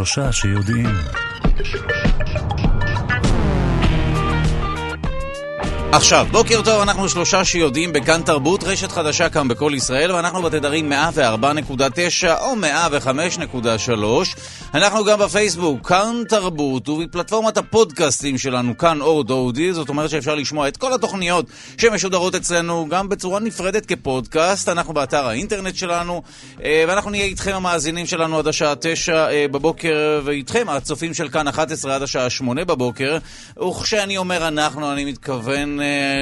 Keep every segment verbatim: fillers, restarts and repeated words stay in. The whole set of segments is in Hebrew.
שלושה שיודעים. עכשיו, בוקר טוב, אנחנו שלושה שיודעים בכאן תרבות, רשת חדשה כאן בכל ישראל, ואנחנו בתדרים מאה וארבע נקודה תשע או מאה וחמש נקודה שלוש. אנחנו גם בפייסבוק, כאן תרבות, ובפלטפורמת הפודקאסטים שלנו, כאן אורד אודי, זאת אומרת שאפשר לשמוע את כל התוכניות שמשודרות אצלנו, גם בצורה נפרדת כפודקאסט. אנחנו באתר האינטרנט שלנו, ואנחנו נהיה איתכם המאזינים שלנו עד השעה תשע בבוקר, ואיתכם הצופים של כאן אחת עשרה עד השעה שמונה בבוקר. וכשאני אומר אנחנו, אני מתכוון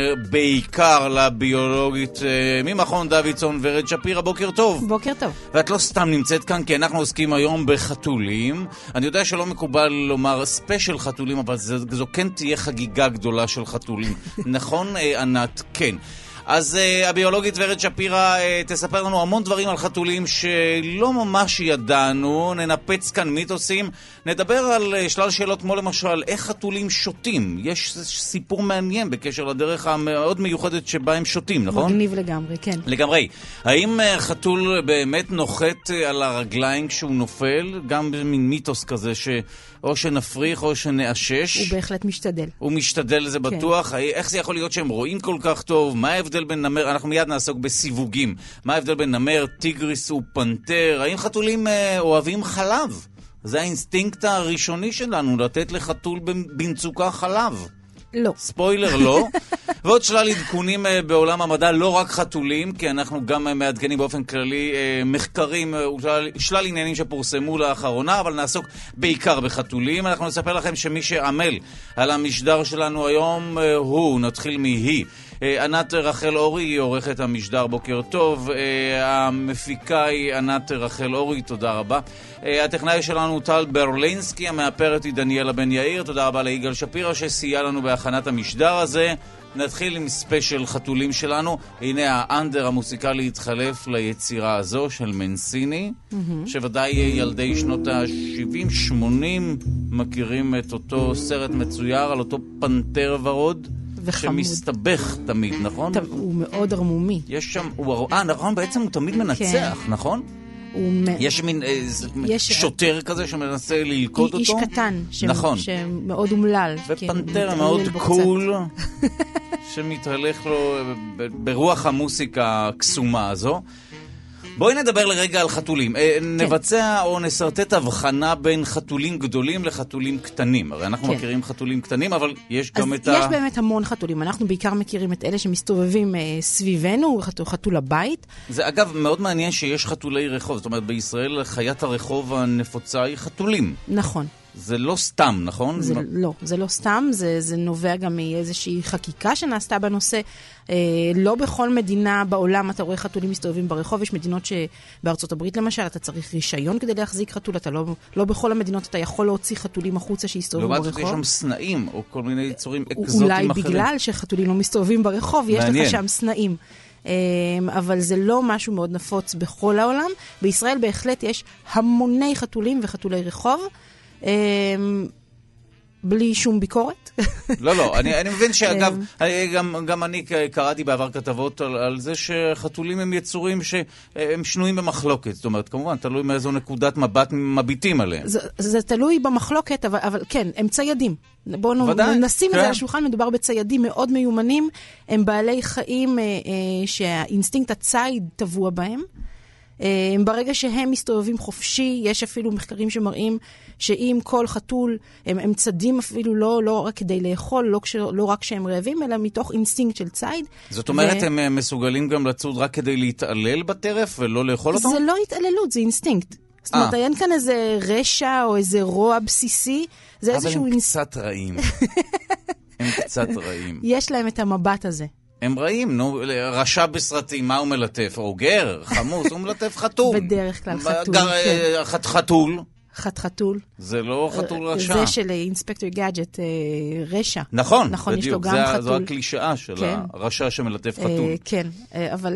בעיקר לביולוגית ממכון דוידסון ורד שפירא. בוקר טוב. בוקר טוב. ואת לא סתם נמצאת כאן, כי אנחנו עוסקים היום בחתולים. אני יודע שלא מקובל לומר ספיישל חתולים, אבל זו, זו כן תהיה חגיגה גדולה של חתולים. נכון, ענת? כן. אז uh, הביולוגית ורד שפירא uh, תספר לנו המון דברים על חתולים שלא ממש ידענו. ננפץ כאן מיתוסים, נדבר על uh, שלל שאלות כמו למשל איך חתולים שותים. יש סיפור מעניין בקשר לדרך המאוד מיוחדת שבה הם שותים, נכון? מגניב לגמרי, כן. לגמרי. האם uh, חתול באמת נוחת uh, על הרגליים כשהוא נופל? גם מין מיתוס כזה ש... או שנפריך או שנאשש. הוא בהחלט משתדל. הוא משתדל, זה בטוח. כן. איך זה יכול להיות שהם רואים כל כך טוב? מה ההבדל בין נמר? אנחנו מיד נעסוק בסיווגים. מה ההבדל בין נמר, טיגריס ופנתר? האם חתולים אה, אוהבים חלב? זה האינסטינקט הראשוני שלנו, לתת לחתול במצוקה חלב. לא. ספוילר, לא. ועוד שלל עדכונים בעולם המדע, לא רק חתולים, כי אנחנו גם מעדכנים באופן כללי מחקרים, שלל עניינים שפורסמו לאחרונה, אבל נעסוק בעיקר בחתולים. אנחנו נספר לכם שמי שעמל על המשדר שלנו היום הוא, נתחיל מהיא. ענת רחל אורי היא עורכת המשדר, בוקר טוב. המפיקה היא ענת רחל אורי, תודה רבה. הטכנאי שלנו טל ברלינסקי, המאפרת היא דניאלה בן יאיר, תודה רבה ליגאל שפירא שסייע לנו בהכנת המשדר הזה. נתחיל עם ספיישל חתולים שלנו. הנה האנדר המוסיקלי התחלף ליצירה הזו של מנסיני, mm-hmm. שוודאי ילדי שנות ה-שבעים שמונים מכירים את אותו סרט מצויר על אותו פנתר ורוד וחמוד. שמסתבך תמיד, נכון? ת... הוא מאוד ערמומי. יש שם, הוא... אה, נכון, בעצם הוא תמיד מנצח, כן. נכון? הוא... יש מין יש... שוטר כזה שמנסה ללכוד איש אותו. איש קטן, ש... נכון. שמאוד אומלל. ופנתר מאוד קול, שמתהלך לו ברוח המוסיקה הקסומה הזו. בואי נדבר לרגע על חתולים. כן. נבצע או נסרטט הבחנה בין חתולים גדולים לחתולים קטנים. הרי אנחנו כן. מכירים חתולים קטנים, אבל יש גם את ה... אז יש באמת המון חתולים. אנחנו בעיקר מכירים את אלה שמסתובבים אה, סביבנו, חתול, חתול הבית. זה אגב מאוד מעניין שיש חתולי רחוב. זאת אומרת, בישראל חיית הרחוב הנפוצה היא חתולים. נכון. זה לא סתם, נכון? זה לא, זה לא סתם, זה, זה נובע גם מאיזושהי חקיקה שנעשתה בנושא. אה, לא בכל מדינה בעולם אתה רואה חתולים מסתובבים ברחוב, יש מדינות שבארצות הברית למשל, אתה צריך רישיון כדי להחזיק חתול, אתה לא, לא בכל המדינות אתה יכול להוציא חתולים החוצה שיסתובבו ברחוב. לעומת זאת יש שם סנאים, או כל מיני יצורים אקזוטיים אחרים. אולי בגלל שחתולים לא מסתובבים ברחוב, יש לך שם סנאים. אבל זה לא משהו מאוד נפוץ בכל העולם. בישראל בהחלט יש המוני חתולים וחתולי רחוב, בלי שום ביקורת. לא, לא, אני, אני מבין שאגב, גם, גם אני קראתי בעבר כתבות על, על זה שחתולים הם יצורים שהם שנויים במחלוקת. זאת אומרת, כמובן, תלוי מאיזו נקודת מבט מביטים עליהם. זה, זה תלוי במחלוקת, אבל, אבל כן, הם ציידים. בואו נשים את זה על השולחן, מדובר בציידים מאוד מיומנים, הם בעלי חיים אה, אה, שהאינסטינקט הציד טבוע בהם. ברגע שהם מסתובבים חופשי, יש אפילו מחקרים שמראים שאם כל חתול, הם, הם צדים אפילו לא, לא רק כדי לאכול, לא, כש, לא רק שהם רעבים, אלא מתוך אינסטינקט של ציד. זאת אומרת, ו... הם מסוגלים גם לצוד רק כדי להתעלל בטרף ולא לאכול אותו? זה לא התעללות, זה אינסטינקט. זאת אומרת, אין כאן איזה רשע או איזה רוע בסיסי, זה איזשהו... אבל הם קצת רעים. הם קצת רעים. יש להם את המבט הזה. הם רעים, נו, רשע בסרטים, מה הוא מלטף? אוגר, חמוס, הוא מלטף חתול. בדרך כלל חתול. גר, כן. חתול. חת חתול. זה לא חתול רשע. זה של אינספקטור גאדג'ט, רשע. נכון, נכון, בדיוק. יש לו גם זה, חתול. זו הקלישאה של כן. הרשע שמלטף חתול. כן, אבל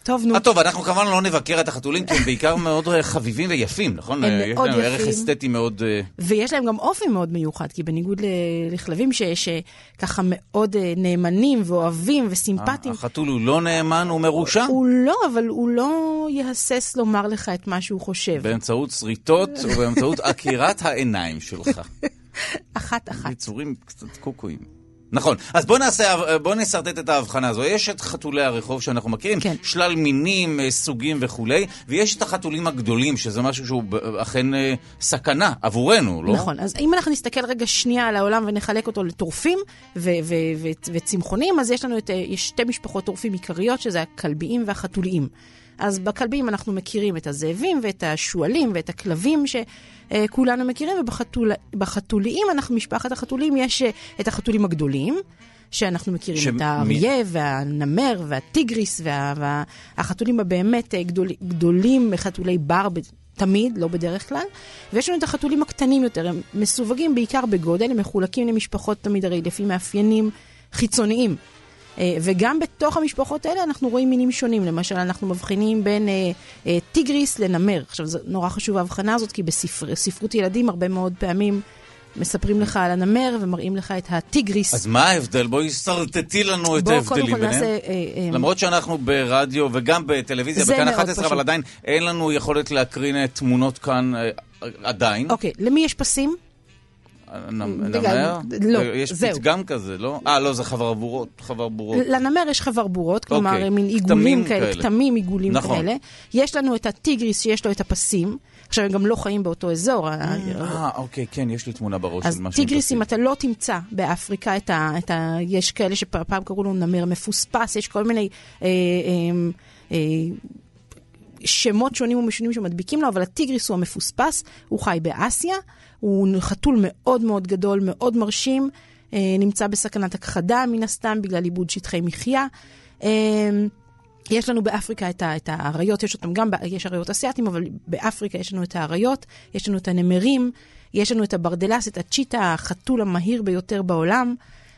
טוב, נו. טוב, אנחנו כמובן לא נבקר את החתולים, כי הם בעיקר מאוד חביבים ויפים, נכון? הם מאוד יפים. יש להם ערך אסתטי מאוד... ויש להם גם אופי מאוד מיוחד, כי בניגוד לכלבים שככה מאוד נאמנים ואוהבים וסימפטיים. החתול הוא לא נאמן, הוא מרושע? הוא לא, אבל הוא לא יהסס לומר לך את מה שהוא חושב. באמצעות שריטות ובאמצעות עקירת העיניים שלך. אחת אחת. יצורים קצת קוקויים. נכון, אז בוא נעשה, בוא נסרטט את ההבחנה הזו. יש את חתולי הרחוב שאנחנו מכירים, כן. שלל מינים, סוגים וכולי, ויש את החתולים הגדולים, שזה משהו שהוא אכן סכנה עבורנו, לא? נכון, אז אם אנחנו נסתכל רגע שנייה על העולם ונחלק אותו לטורפים ו- ו- ו- וצמחונים, אז יש לנו את, יש שתי משפחות טורפים עיקריות, שזה הכלביים והחתוליים. אז בכלבים אנחנו מכירים את הזאבים ואת השואלים ואת הכלבים שכולנו מכירים, ובחתוליים, אנחנו, משפחת החתולים, יש את החתולים הגדולים, שאנחנו מכירים ש... את האריה מ... והנמר והטיגריס, וה... והחתולים הבאמת גדול... גדולים, חתולי בר תמיד, לא בדרך כלל, ויש לנו את החתולים הקטנים יותר, הם מסווגים בעיקר בגודל, הם מחולקים למשפחות תמיד הרי לפי מאפיינים חיצוניים. וגם בתוך המשפחות האלה אנחנו רואים מינים שונים. למשל, אנחנו מבחינים בין אה, אה, טיגריס לנמר. עכשיו, זה נורא חשוב ההבחנה הזאת, כי בספרות ילדים הרבה מאוד פעמים מספרים לך על הנמר ומראים לך את הטיגריס. אז מה ההבדל? בואי סרטטי לנו את ההבדלים ביניהם. נעשה, אה, אה, למרות שאנחנו ברדיו וגם בטלוויזיה, בכאן אחת עשרה, אבל עדיין אין לנו יכולת להקרין תמונות כאן אה, עדיין. אוקיי, למי יש פסים? נמר? יש פתגם כזה, לא? אה, לא, זה חברבורות, חברבורות. לנמר יש חברבורות, כלומר, מין עיגולים כאלה, כתמים עיגולים כאלה. יש לנו את הטיגריס שיש לו את הפסים, עכשיו הם גם לא חיים באותו אזור. אה, אוקיי, כן, יש לי תמונה בראש של משהו. אז טיגריס, אם אתה לא תמצא באפריקה את ה... יש כאלה שפעם קראו לו נמר מפוספס, יש כל מיני... שמות שונים ומשונים שמדביקים לו, אבל הטיגריס הוא המפוספס, הוא חי באסיה, הוא חתול מאוד מאוד גדול, מאוד מרשים, נמצא בסכנת הכחדה מן הסתם, בגלל איבוד שטחי מחיה. יש לנו באפריקה את האריות, יש אותם גם, יש אריות אסיאטים, אבל באפריקה יש לנו את האריות, יש לנו את הנמרים, יש לנו את הברדלס, את הצ'יטה, החתול המהיר ביותר בעולם,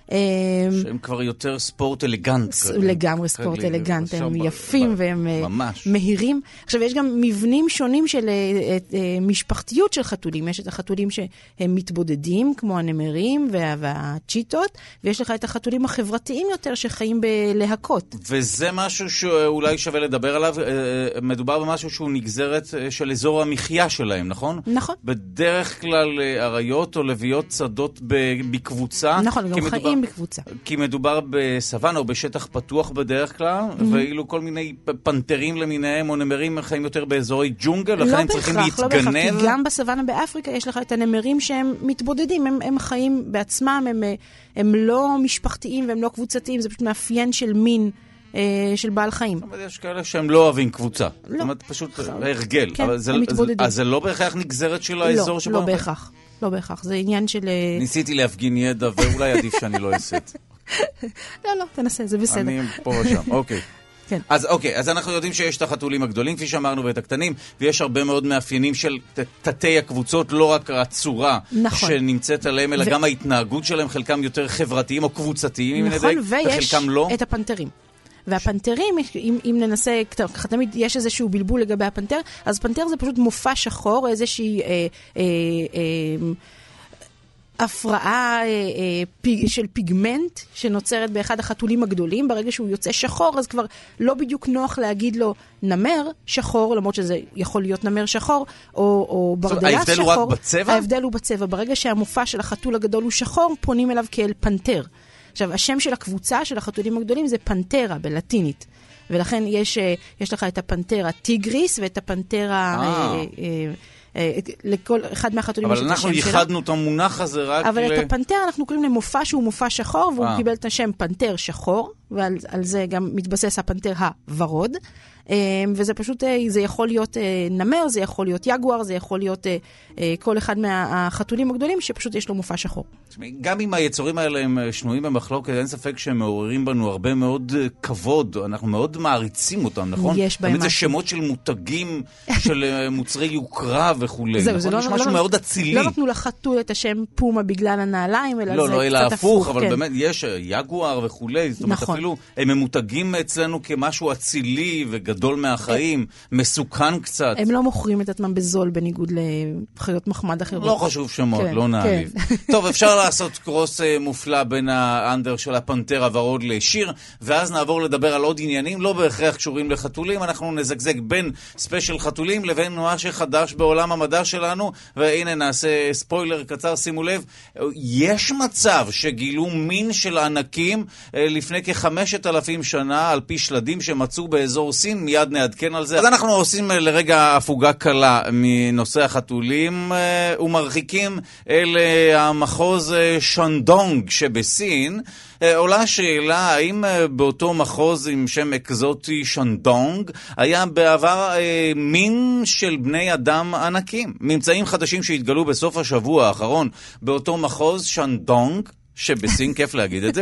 שהם כבר יותר ספורט אלגנט. לגמרי ספורט אלגנט, הם יפים והם מהירים. עכשיו, יש גם מבנים שונים של משפחתיות של חתולים. יש את החתולים שהם מתבודדים, כמו הנמרים והצ'יטות, ויש לך את החתולים החברתיים יותר שחיים בלהקות. וזה משהו שאולי שווה לדבר עליו. מדובר במשהו שהוא נגזרת של אזור המחיה שלהם, נכון? נכון. בדרך כלל אריות או לוויות צדות בקבוצה. נכון, גם חיים בקבוצה. כי מדובר בסוואנה או בשטח פתוח בדרך כלל, mm-hmm. ואילו כל מיני פנתרים למיניהם או נמרים חיים יותר באזורי ג'ונגל, לכן לא הם צריכים להתגנב. לא בהכרח, כי גם בסוואנה באפריקה יש לך את הנמרים שהם מתבודדים, הם, הם חיים בעצמם, הם, הם לא משפחתיים והם לא קבוצתיים, זה פשוט מאפיין של מין, אה, של בעל חיים. אבל יש כאלה שהם לא אוהבים קבוצה. לא. זאת אומרת, פשוט הרגל. כן, זה, הם מתבודדים. אז זה לא בהכרח נגזרת של האזור לא, שבו... לא בהכרח. לא בהכרח, זה עניין של... ניסיתי להפגין ידע, ואולי עדיף שאני לא אעשה את זה. לא, לא, תנסה, זה בסדר. אני פה ושם, אוקיי. כן. אז אוקיי, אז אנחנו יודעים שיש את החתולים הגדולים, כפי שאמרנו, ואת הקטנים, ויש הרבה מאוד מאפיינים של תתי הקבוצות, לא רק הצורה נכון. שנמצאת עליהם, אלא ו... גם ההתנהגות שלהם, חלקם יותר חברתיים או קבוצתיים, נכון, ויש לא. את הפנתרים. והפנתרים, אם, אם ננסה, ככה תמיד יש איזשהו בלבול לגבי הפנתר, אז פנתר זה פשוט מופע שחור, איזושהי אה, אה, אה, הפרעה אה, אה, פיג, של פיגמנט שנוצרת באחד החתולים הגדולים. ברגע שהוא יוצא שחור, אז כבר לא בדיוק נוח להגיד לו נמר שחור, למרות שזה יכול להיות נמר שחור, או, או ברדלס שחור. ההבדל הוא רק בצבע? ההבדל הוא בצבע. ברגע שהמופע של החתול הגדול הוא שחור, פונים אליו כאל פנתר. עכשיו, השם של הקבוצה של החתולים הגדולים זה פנתרה בלטינית. ולכן יש, יש לך את הפנתרה טיגריס ואת הפנתרה... לכל אחד מהחתולים אבל אנחנו ייחדנו את המונח הזה רק אבל ל... את הפנתר אנחנו קוראים למופע שהוא מופע שחור, והוא קיבל את השם פנתר שחור, ועל זה גם מתבסס הפנתר הוורוד. וזה פשוט, זה יכול להיות נמר, זה יכול להיות יגואר, זה יכול להיות כל אחד מהחתולים הגדולים שפשוט יש לו מופע שחור. גם אם היצורים האלה הם שנויים במחלוקת, אין ספק שהם מעוררים בנו הרבה מאוד כבוד, אנחנו מאוד מעריצים אותם, נכון? יש בהם משהו. זה שמות של מותגים, של מוצרי יוקרה וכו'. זהו, זה לא... יש משהו מאוד אצילי. לא נתנו לחתול את השם פומה בגלל הנעליים, אלא לא, זה לא, קצת אלא הפוך. הפוך, אבל באמת יש יגואר וכו'. זאת אומרת, אפילו הם ממותגים אצלנו כמשהו אצילי וגדול מהחיים, מסוכן קצת. הם לא מוכרים את עצמם בזול בניגוד לחיות מחמד אחרות. לא חשוב שמות, לא נעליב. טוב, אפשר לעשות קרוס מופלא בין האנדר של הפנתר הוורוד לשיר, ואז נעבור לדבר על עוד עניינים, לא בהכרח קשורים לחתולים, אנחנו נזגזג בין ספיישל חתולים לבין מה שחדש בעולם המדע שלנו, והנה נעשה ספוילר קצר, שימו לב, יש מצב שגילו מין של ענקים לפני כחמשת אלפים שנה, על פי שלדים שמצאו באזור סין, מיד נעדכן על זה. אז אנחנו עושים לרגע הפוגה קלה מנושא החתולים, ומרחיקים אל המחוז שנדונג שבסין. עולה שאלה, האם באותו מחוז עם שם אקזוטי שנדונג היה בעבר אה, מין של בני אדם ענקים? ממצאים חדשים שהתגלו בסוף השבוע האחרון באותו מחוז שנדונג שבסין, כיף להגיד את זה.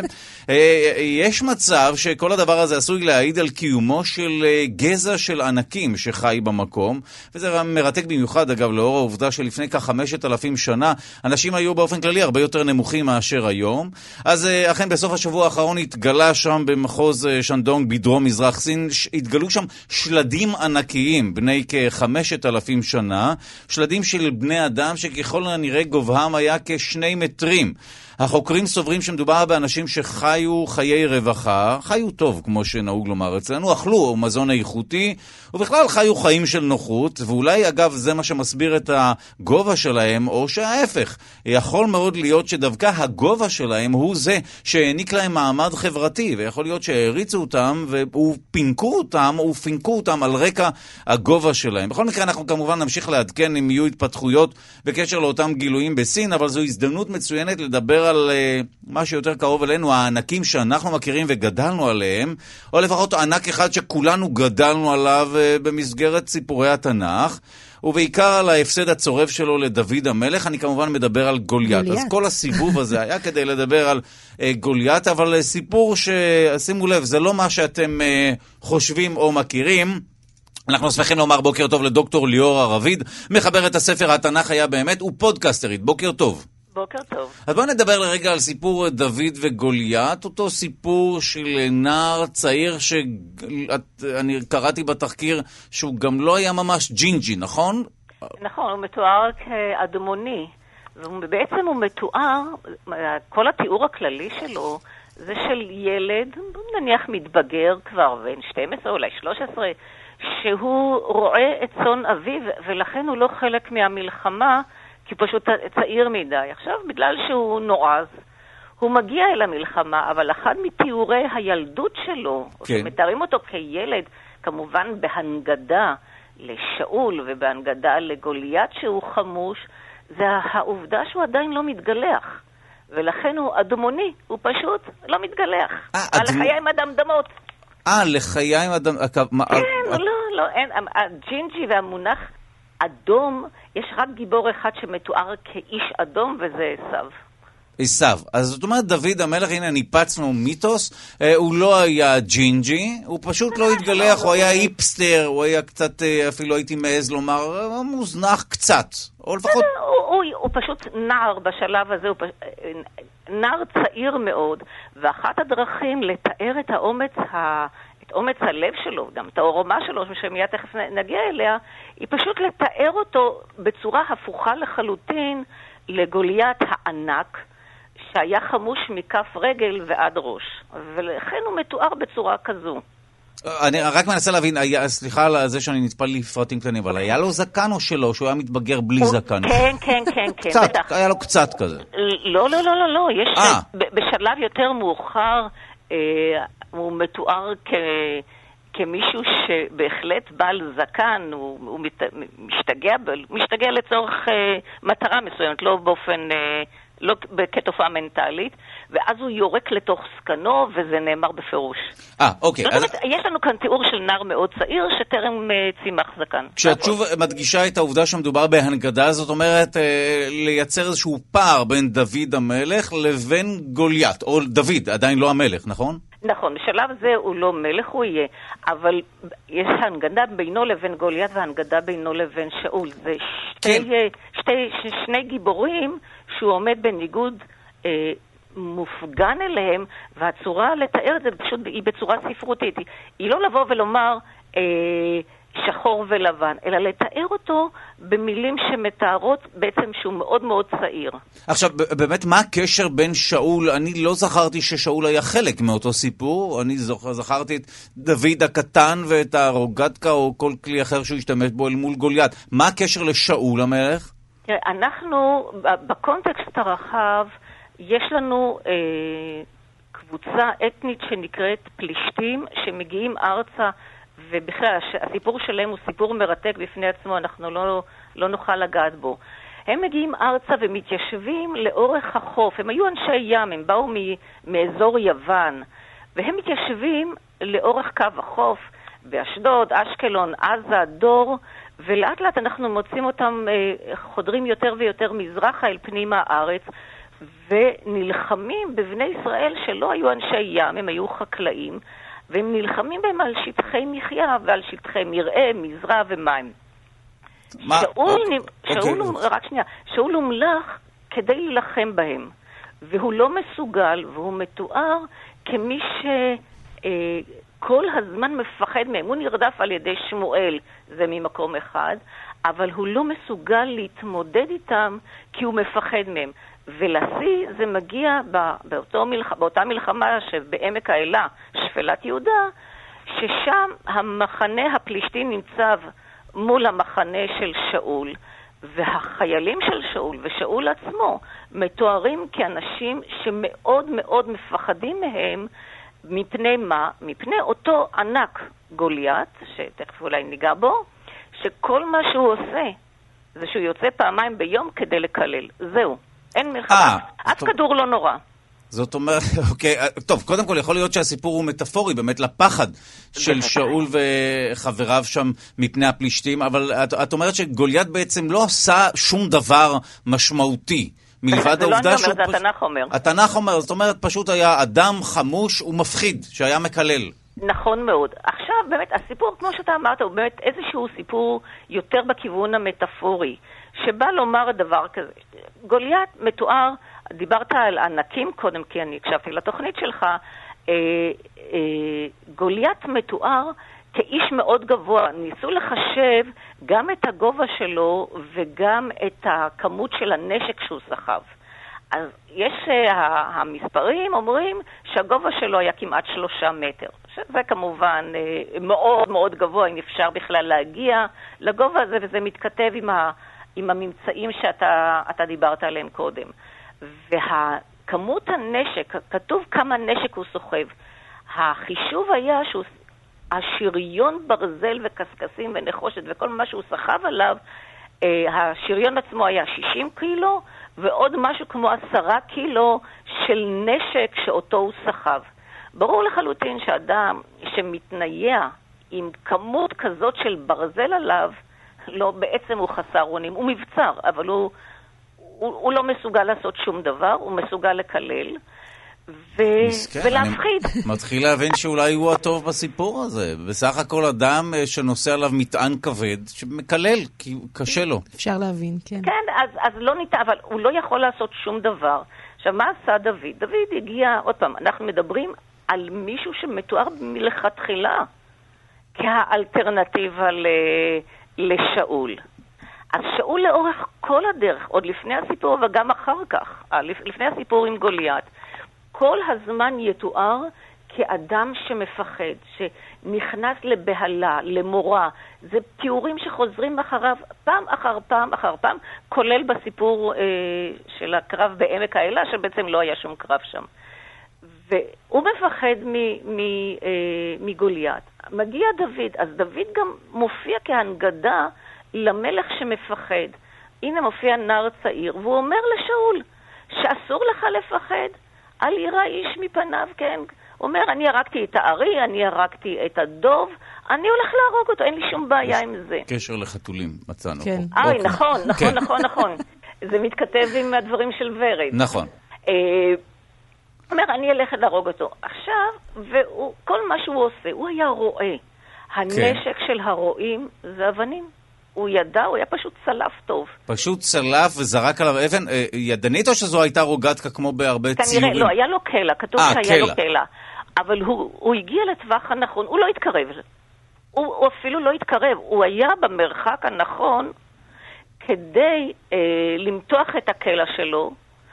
יש מצב שכל הדבר הזה עשוי להעיד על קיומו של גזע של ענקים שחי במקום, וזה מרתק במיוחד, אגב, לאור העובדה שלפני כחמשת אלפים שנה, אנשים היו באופן כללי הרבה יותר נמוכים מאשר היום. אז אכן בסוף השבוע האחרון התגלה שם במחוז שנדונג בדרום מזרח סין, התגלו שם שלדים ענקיים, בני כחמשת אלפים שנה, שלדים של בני אדם שככל הנראה גובהם היה כשני מטרים. החוקרים סוברים שמדובר באנשים שחיו חיי רווחה, חיו טוב, כמו שנהוג לומר אצלנו, אכלו מזון איכותי, ובכלל חיו חיים של נוחות, ואולי אגב זה מה שמסביר את הגובה שלהם, או שההפך. יכול מאוד להיות שדווקא הגובה שלהם הוא זה שהעניק להם מעמד חברתי, ויכול להיות שהריצו אותם, ופינקו אותם, ופינקו אותם על רקע הגובה שלהם. בכל מקרה אנחנו כמובן נמשיך לעדכן אם יהיו התפתחויות בקשר לאותם גילויים בסין, אבל זו הזדמנות מצוינת לדבר על uh, מה שיותר קרוב אלינו, הענקים שאנחנו מכירים וגדלנו עליהם, או לפחות ענק אחד שכולנו גדלנו עליו uh, במסגרת סיפורי התנ"ך, ובעיקר על ההפסד הצורב שלו לדוד המלך. אני כמובן מדבר על גוליית. גוליית. אז כל הסיבוב הזה היה כדי לדבר על uh, גוליית, אבל uh, סיפור ששימו לב, זה לא מה שאתם uh, חושבים או מכירים. אנחנו שמחים לומר בוקר טוב לדוקטור ליאורה רביד, מחברת הספר התנ"ך היה באמת, ופודקאסטרית. בוקר טוב. בוקר טוב. אז בואו נדבר לרגע על סיפור דוד וגוליית, אותו סיפור של נער צעיר שאני קראתי בתחקיר שהוא גם לא היה ממש ג'ינג'י, נכון? נכון, הוא מתואר כאדמוני, ובעצם הוא מתואר, כל התיאור הכללי שלו זה של ילד, נניח מתבגר כבר בן שתים עשרה אולי שלוש עשרה, שהוא רואה את צאן אביו ולכן הוא לא חלק מהמלחמה, כי פשוט צעיר מדי. עכשיו, בגלל שהוא נועז, הוא מגיע אל המלחמה, אבל אחד מתיאורי הילדות שלו, כן. שמתארים אותו כילד, כמובן בהנגדה לשאול ובהנגדה לגוליית שהוא חמוש, זה העובדה שהוא עדיין לא מתגלח. ולכן הוא אדמוני, הוא פשוט לא מתגלח. 아, על אדמ... לחיים אדמדמות. אה, לחיים אדם... כן, אה... לא, לא, אין. הג'ינג'י והמונח אדום, יש רק גיבור אחד שמתואר כאיש אדום, וזה עשיו. עשיו. אז זאת אומרת, דוד המלך, הנה ניפצנו מיתוס, אה, הוא לא היה ג'ינג'י, הוא פשוט לא התגלח, הוא היה היפסטר, הוא היה קצת, אה, אפילו הייתי מעז לומר, מוזנח קצת, או לפחות... הוא, הוא, הוא פשוט נער בשלב הזה, הוא פש... נער צעיר מאוד, ואחת הדרכים לתאר את האומץ ה... את אומץ הלב שלו, גם את העורמה שלו, שמיד תכף נגיע אליה, היא פשוט לתאר אותו בצורה הפוכה לחלוטין לגוליית הענק, שהיה חמוש מכף רגל ועד ראש. ולכן הוא מתואר בצורה כזו. אני רק מנסה להבין, היה, סליחה על זה שאני נצפה לי פרטים קטנים, אבל היה לו זקן או שלו, שהוא היה מתבגר בלי זקן? כן, כן, כן, כן. קצת, היה לו קצת כזה. לא, לא, לא, לא, לא. יש בשלב יותר מאוחר, הוא מתואר כ... כמישהו שבהחלט בעל זקן, הוא, הוא מת... משתגע, משתגע לצורך uh, מטרה מסוימת, לא באופן, uh, לא כתופעה מנטלית, ואז הוא יורק לתוך זקנו, וזה נאמר בפירוש. אה, אוקיי. זאת אומרת, אז... יש לנו כאן תיאור של נער מאוד צעיר, שטרם uh, צימח זקן. כשאת שוב מדגישה את העובדה שמדובר בהנגדה, זאת אומרת, uh, לייצר איזשהו פער בין דוד המלך לבין גוליית, או דוד, עדיין לא המלך, נכון? נכון, בשלב זה הוא לא מלך, הוא יהיה, אבל יש הנגדה בינו לבין גוליית והנגדה בינו לבין שאול. זה שתי, כן. שתי, שני גיבורים שהוא עומד בניגוד אה, מופגן אליהם, והצורה לתאר את זה פשוט היא בצורה ספרותית. היא לא לבוא ולומר אה, שחור ולבן, אלא לתאר אותו במילים שמתארות בעצם שהוא מאוד מאוד צעיר. עכשיו, באמת, מה הקשר בין שאול? אני לא זכרתי ששאול היה חלק מאותו סיפור. אני זוכר, זכרתי את דוד הקטן ואת הרוגטקה או כל כלי אחר שהוא השתמש בו אל מול גוליית. מה הקשר לשאול המלך? אנחנו, בקונטקסט הרחב, יש לנו אה, קבוצה אתנית שנקראת פלישתים, שמגיעים ארצה, ובכלל, הסיפור שלהם הוא סיפור מרתק בפני עצמו, אנחנו לא, לא נוכל לגעת בו. הם מגיעים ארצה ומתיישבים לאורך החוף, הם היו אנשי ים, הם באו מ, מאזור יוון, והם מתיישבים לאורך קו החוף, באשדוד, אשקלון, עזה, דור, ולאט לאט אנחנו מוצאים אותם אה, חודרים יותר ויותר מזרחה אל פנים הארץ, ונלחמים בבני ישראל שלא היו אנשי ים, הם היו חקלאים, והם נלחמים בהם על שטחי מחיה ועל שטחי מרעה, מזרע ומים. מה? שאול, אוקיי. שאול, אוקיי. רק שנייה, שאול הומלך כדי להילחם בהם, והוא לא מסוגל, והוא מתואר כמי שכל הזמן מפחד מהם. הוא נרדף על ידי שמואל, זה ממקום אחד, אבל הוא לא מסוגל להתמודד איתם כי הוא מפחד מהם. ולשיא זה מגיע באותו מלח... באותה מלחמה שבעמק האלה, שפלת יהודה, ששם המחנה הפלישתי נמצב מול המחנה של שאול, והחיילים של שאול ושאול עצמו מתוארים כאנשים שמאוד מאוד מפחדים מהם. מפני מה? מפני אותו ענק גוליית, שתכף אולי ניגע בו, שכל מה שהוא עושה זה שהוא יוצא פעמיים ביום כדי לקלל. זהו. אין מלחמה. אף כדור לא נורא. זאת אומרת, אוקיי, טוב, קודם כל יכול להיות שהסיפור הוא מטאפורי, באמת לפחד של שאול וחבריו שם מפני הפלישתים, אבל את, את אומרת שגוליית בעצם לא עשה שום דבר משמעותי, מלבד העובדה שהוא... זה לא אני אומר, זה התנ"ך אומר. התנ"ך אומר, זאת אומרת, פשוט היה אדם חמוש ומפחיד, שהיה מקלל. נכון מאוד. עכשיו, באמת, הסיפור, כמו שאתה אמרת, הוא באמת איזשהו סיפור יותר בכיוון המטאפורי, שבא לומר דבר כזה. גוליית מתואר, דיברת על ענקים קודם, כי אני הקשבתי לתוכנית שלך, אה, אה, גוליית מתואר כאיש מאוד גבוה. ניסו לחשב גם את הגובה שלו וגם את הכמות של הנשק שהוא סחב. אז יש, uh, המספרים אומרים שהגובה שלו היה כמעט שלושה מטר. שזה כמובן uh, מאוד מאוד גבוה, אם אפשר בכלל להגיע לגובה הזה, וזה מתכתב עם, ה, עם הממצאים שאתה אתה דיברת עליהם קודם. והכמות הנשק, כתוב כמה נשק הוא סוחב. החישוב היה שהשריון ברזל וקסקסים ונחושת וכל מה שהוא סחב עליו, uh, השריון עצמו היה שישים קילו, ועוד משהו כמו עשרה קילו של נשק שאותו הוא סחב. ברור לחלוטין שאדם שמתנייע עם כמות כזאת של ברזל עליו, לא, בעצם הוא חסר אונים, הוא מבצר, אבל הוא, הוא, הוא לא מסוגל לעשות שום דבר, הוא מסוגל לקלל ו... ולהפחיד. אני מתחיל להבין שאולי הוא הטוב בסיפור הזה. בסך הכל אדם שנושא עליו מטען כבד, שמקלל, כי קשה לו. אפשר להבין, כן. כן, אז, אז לא ניתן, אבל הוא לא יכול לעשות שום דבר. עכשיו, מה עשה דוד? דוד הגיע, עוד פעם, אנחנו מדברים על מישהו שמתואר מלכתחילה כהאלטרנטיבה ל... לשאול. אז שאול לאורך כל הדרך, עוד לפני הסיפור וגם אחר כך, לפני הסיפור עם גוליית, כל הזמן יתואר כאדם שמפחד, שנכנס לבהלה, למורה. זה תיאורים שחוזרים אחריו פעם אחר פעם אחר פעם, כולל בסיפור אה, של הקרב בעמק האלה, שבעצם לא היה שום קרב שם. והוא מפחד מ- מ- אה, מגוליית. מגיע דוד, אז דוד גם מופיע כהנגדה למלך שמפחד. הנה מופיע נער צעיר, והוא אומר לשאול שאסור לך לפחד. אל ירא איש מפניו, כן. הוא אומר, אני הרגתי את הארי, אני הרגתי את הדוב, אני הולך להרוג אותו, אין לי שום בעיה עם זה. קשר לחתולים, מצאנו כן. פה. אוי, נכון, נכון, נכון, נכון. זה מתכתב עם הדברים של ורד. נכון. הוא אומר, אני אלך להרוג אותו. עכשיו, וכל מה שהוא עושה, הוא היה רואה. הנשק של הרועים זה אבנים. הוא ידע, הוא היה פשוט צלף טוב. פשוט צלף וזרק עליו אבן, ידנית או שזו הייתה רוגטקה כמו בהרבה ציורים? כנראה, לא, היה לו קלע, כתוב 아, שהיה קלע. לו קלע. אבל הוא, הוא הגיע לטווח הנכון, הוא לא התקרב. הוא, הוא אפילו לא התקרב, הוא היה במרחק הנכון כדי אה, למתוח את הקלע שלו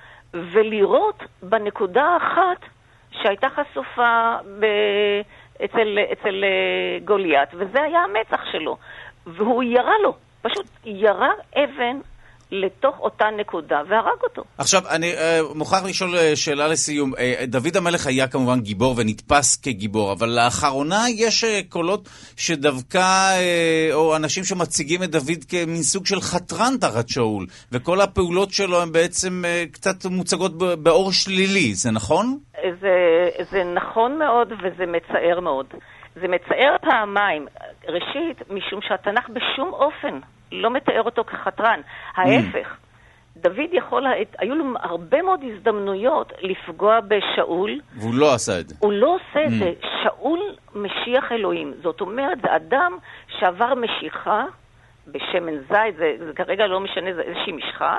ולראות בנקודה האחת שהייתה חשופה ב... אצל, אצל גוליית, וזה היה המצח שלו. והוא ירה לו, פשוט ירה אבן לתוך אותה נקודה, והרג אותו. עכשיו, אני uh, מוכרח לשאול שאלה לסיום. Uh, דוד המלך היה כמובן גיבור ונתפס כגיבור, אבל לאחרונה יש uh, קולות שדווקא, uh, או אנשים שמציגים את דוד כמין סוג של חתרן תחת שאול, וכל הפעולות שלו הן בעצם uh, קצת מוצגות באור שלילי, זה נכון? זה, זה נכון מאוד וזה מצער מאוד. זה מצער פעמיים. ראשית, משום שהתנ"ך בשום אופן לא מתאר אותו כחתרן. ההפך, mm. דוד יכול, היו לו הרבה מאוד הזדמנויות לפגוע בשאול. והוא לא עשה את זה. הוא לא עושה את mm. זה. שאול משיח אלוהים. זאת אומרת, זה אדם שעבר משיכה בשמן זית, זה, זה כרגע לא משנה, זה איזושהי משחה,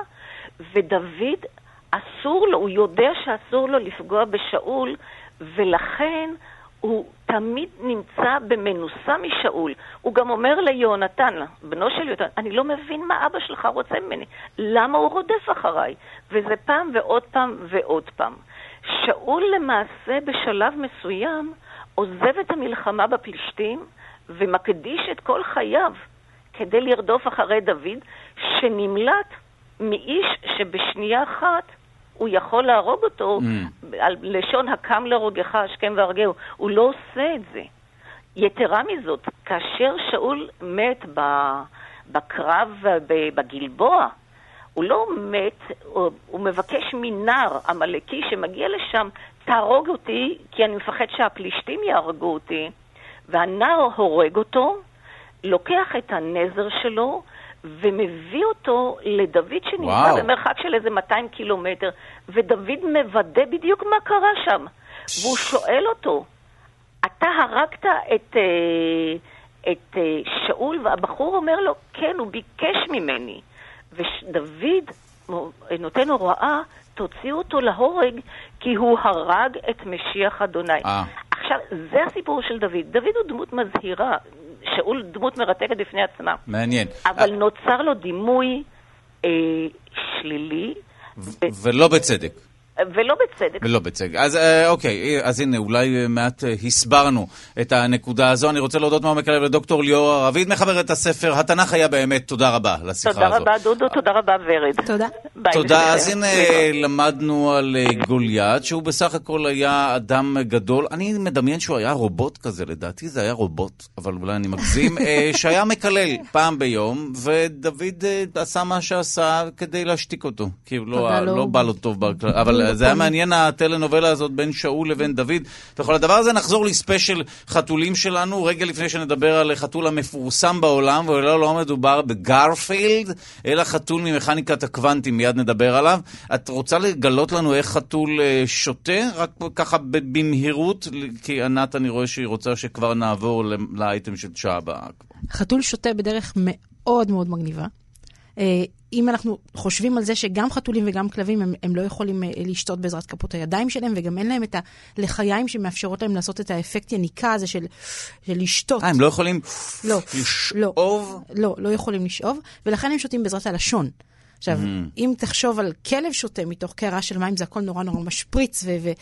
ודוד אסור לו, הוא יודע שאסור לו לפגוע בשאול, ולכן הוא תמיד נמצא במנוסה משאול. הוא גם אומר ליונתן, בנו של יונתן, אני לא מבין מה אבא שלך רוצה ממני. למה הוא רודף אחריי? וזה פעם ועוד פעם ועוד פעם. שאול למעשה בשלב מסוים עוזב את המלחמה בפלישתים ומקדיש את כל חייו כדי לרדוף אחרי דוד, שנמלט מאיש שבשנייה אחת הוא יכול להרוג אותו, mm. על לשון הקם להורגך השכם והרגהו. הוא לא עושה את זה. יתרה מזאת, כאשר שאול מת בקרב בגלבוע, הוא לא מת, הוא, הוא מבקש מנער המלאקי שמגיע לשם, תהרוג אותי, כי אני מפחד שהפלישתים יהרגו אותי. והנער הורג אותו, לוקח את הנזר שלו, ומביא אותו לדוד שנמצא וואו. במרחק של איזה מאתיים קילומטר, ודוד מוודא בדיוק מה קרה שם. והוא שואל אותו, אתה הרגת את, את שאול? והבחור אומר לו, כן, הוא ביקש ממני. ודוד נותן הוראה, תוציאו אותו להורג, כי הוא הרג את משיח אדוני. אה. עכשיו, זה הסיפור של דוד. דוד הוא דמות מזהירה. שאול דמות מרתקת בפני עצמה. מעניין. אבל א... נוצר לו דימוי אה, שלילי. ו- ב- ולא בצדק. ולא בצדק. ולא בצדק. אז אוקיי, אז הנה, אולי מעט הסברנו את הנקודה הזו. אני רוצה להודות מעומק הלב לדוקטור ליאור רביד, מחבר את הספר התנ"ך היה באמת. תודה רבה לשיחה הזו. תודה רבה דודו, תודה רבה ורד. תודה. תודה. אז הנה למדנו על גוליית, שהוא בסך הכל היה אדם גדול. אני מדמיין שהוא היה רובוט כזה, לדעתי זה היה רובוט, אבל אולי אני מגזים, שהיה מקלל פעם ביום, ודוד עשה מה שעשה כדי להשתיק אותו, כי הוא לא בא לו טוב בכלל. אבל זה היה מעניין הטלנובלה הזאת בין שאול לבין דוד. וכל הדבר הזה נחזור לספיישל חתולים שלנו, רגע לפני שנדבר על חתול המפורסם בעולם, ולא לא מדובר בגרפילד, אלא חתול ממכניקת הקוונטים, מיד נדבר עליו. את רוצה לגלות לנו איך חתול שותה? רק ככה במהירות, כי ענת אני רואה שהיא רוצה שכבר נעבור לאייטם של שעה הבאה. חתול שותה בדרך מאוד מאוד מגניבה. אם אנחנו חושבים על זה שגם חתולים וגם כלבים הם, הם לא יכולים לשתות בעזרת כפות הידיים שלהם, וגם אין להם את הלחיים שמאפשרות להם לעשות את האפקט יניקה הזה של, של לשתות. אה, הם לא יכולים לא, לשאוב? לא, לא, לא יכולים לשאוב, ולכן הם שותים בעזרת הלשון. עכשיו, mm. אם תחשוב על כלב שותה מתוך קערה של מים, זה הכל נורא נורא משפריץ,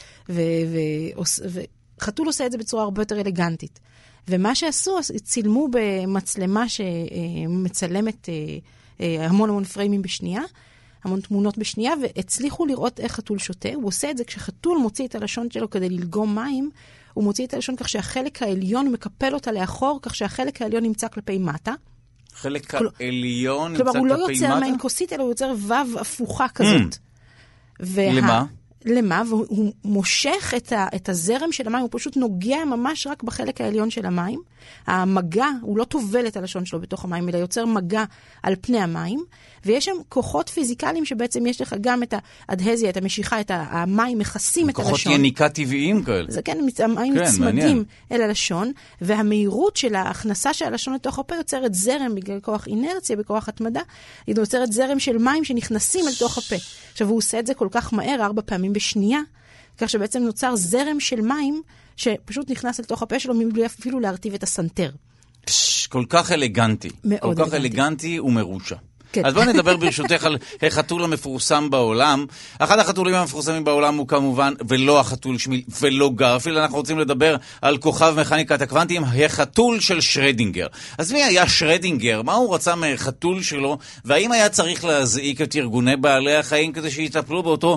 וחתול עושה את זה בצורה הרבה יותר אלגנטית. ומה שעשו, צילמו במצלמה שמצלמת המון המון פריימים בשנייה, המון תמונות בשנייה, והצליחו לראות איך חתול שותה. הוא עושה את זה כשחתול מוציא את הלשון שלו כדי ללגום מים, הוא מוציא את הלשון כך שהחלק העליון מקפל אותה לאחור, כך שהחלק העליון נמצא כלפי מטה. חלק כל... העליון נמצא כלומר, כלפי מטה? כלומר, הוא לא יוצר מהאין כוסית, אלא הוא יוצר וו הפוכה כזאת. Mm. וה... למה? למה? והוא מושך את, ה, את הזרם של המים, הוא פשוט נוגע ממש רק בחלק העליון של המים. המגע, הוא לא תובל את הלשון שלו בתוך המים, אלא יוצר מגע על פני המים, ויש שם כוחות פיזיקליים שבעצם יש לך גם את האדהזיה, את המשיכה, את המים מכסים את הלשון. כוחות יניקה טבעיים כאלה. זה כן, המים כן, מצמדים מעניין. אל הלשון, והמהירות של ההכנסה של הלשון לתוך הפה יוצרת זרם בגלל כוח אינרציה, בכוח התמדה, היא יוצרת זרם של מים שנכנסים אל תוך הפה. עכשיו, הוא עושה את זה כל כך מהר, ארבע פעמים בשנייה, כך שבעצם נוצר זרם של מים שפשוט נכנס אל תוך הפה שלו, מבלי אפילו להרטיב את הסנטר. פש, כל כך אלגנטי. מאוד כל כך אלגנטי ומרושע. כן. אז בואו נדבר ברשותך על החתול המפורסם בעולם. אחד החתולים המפורסמים בעולם הוא כמובן, ולא החתול שמיל, ולא גרפילד. אנחנו רוצים לדבר על כוכב מכניקת הקוונטים, החתול של שרדינגר. אז מי היה שרדינגר? מה הוא רצה מהחתול שלו? והאם היה צריך להזעיק את ארגוני בעלי החיים כדי שיטפלו באותו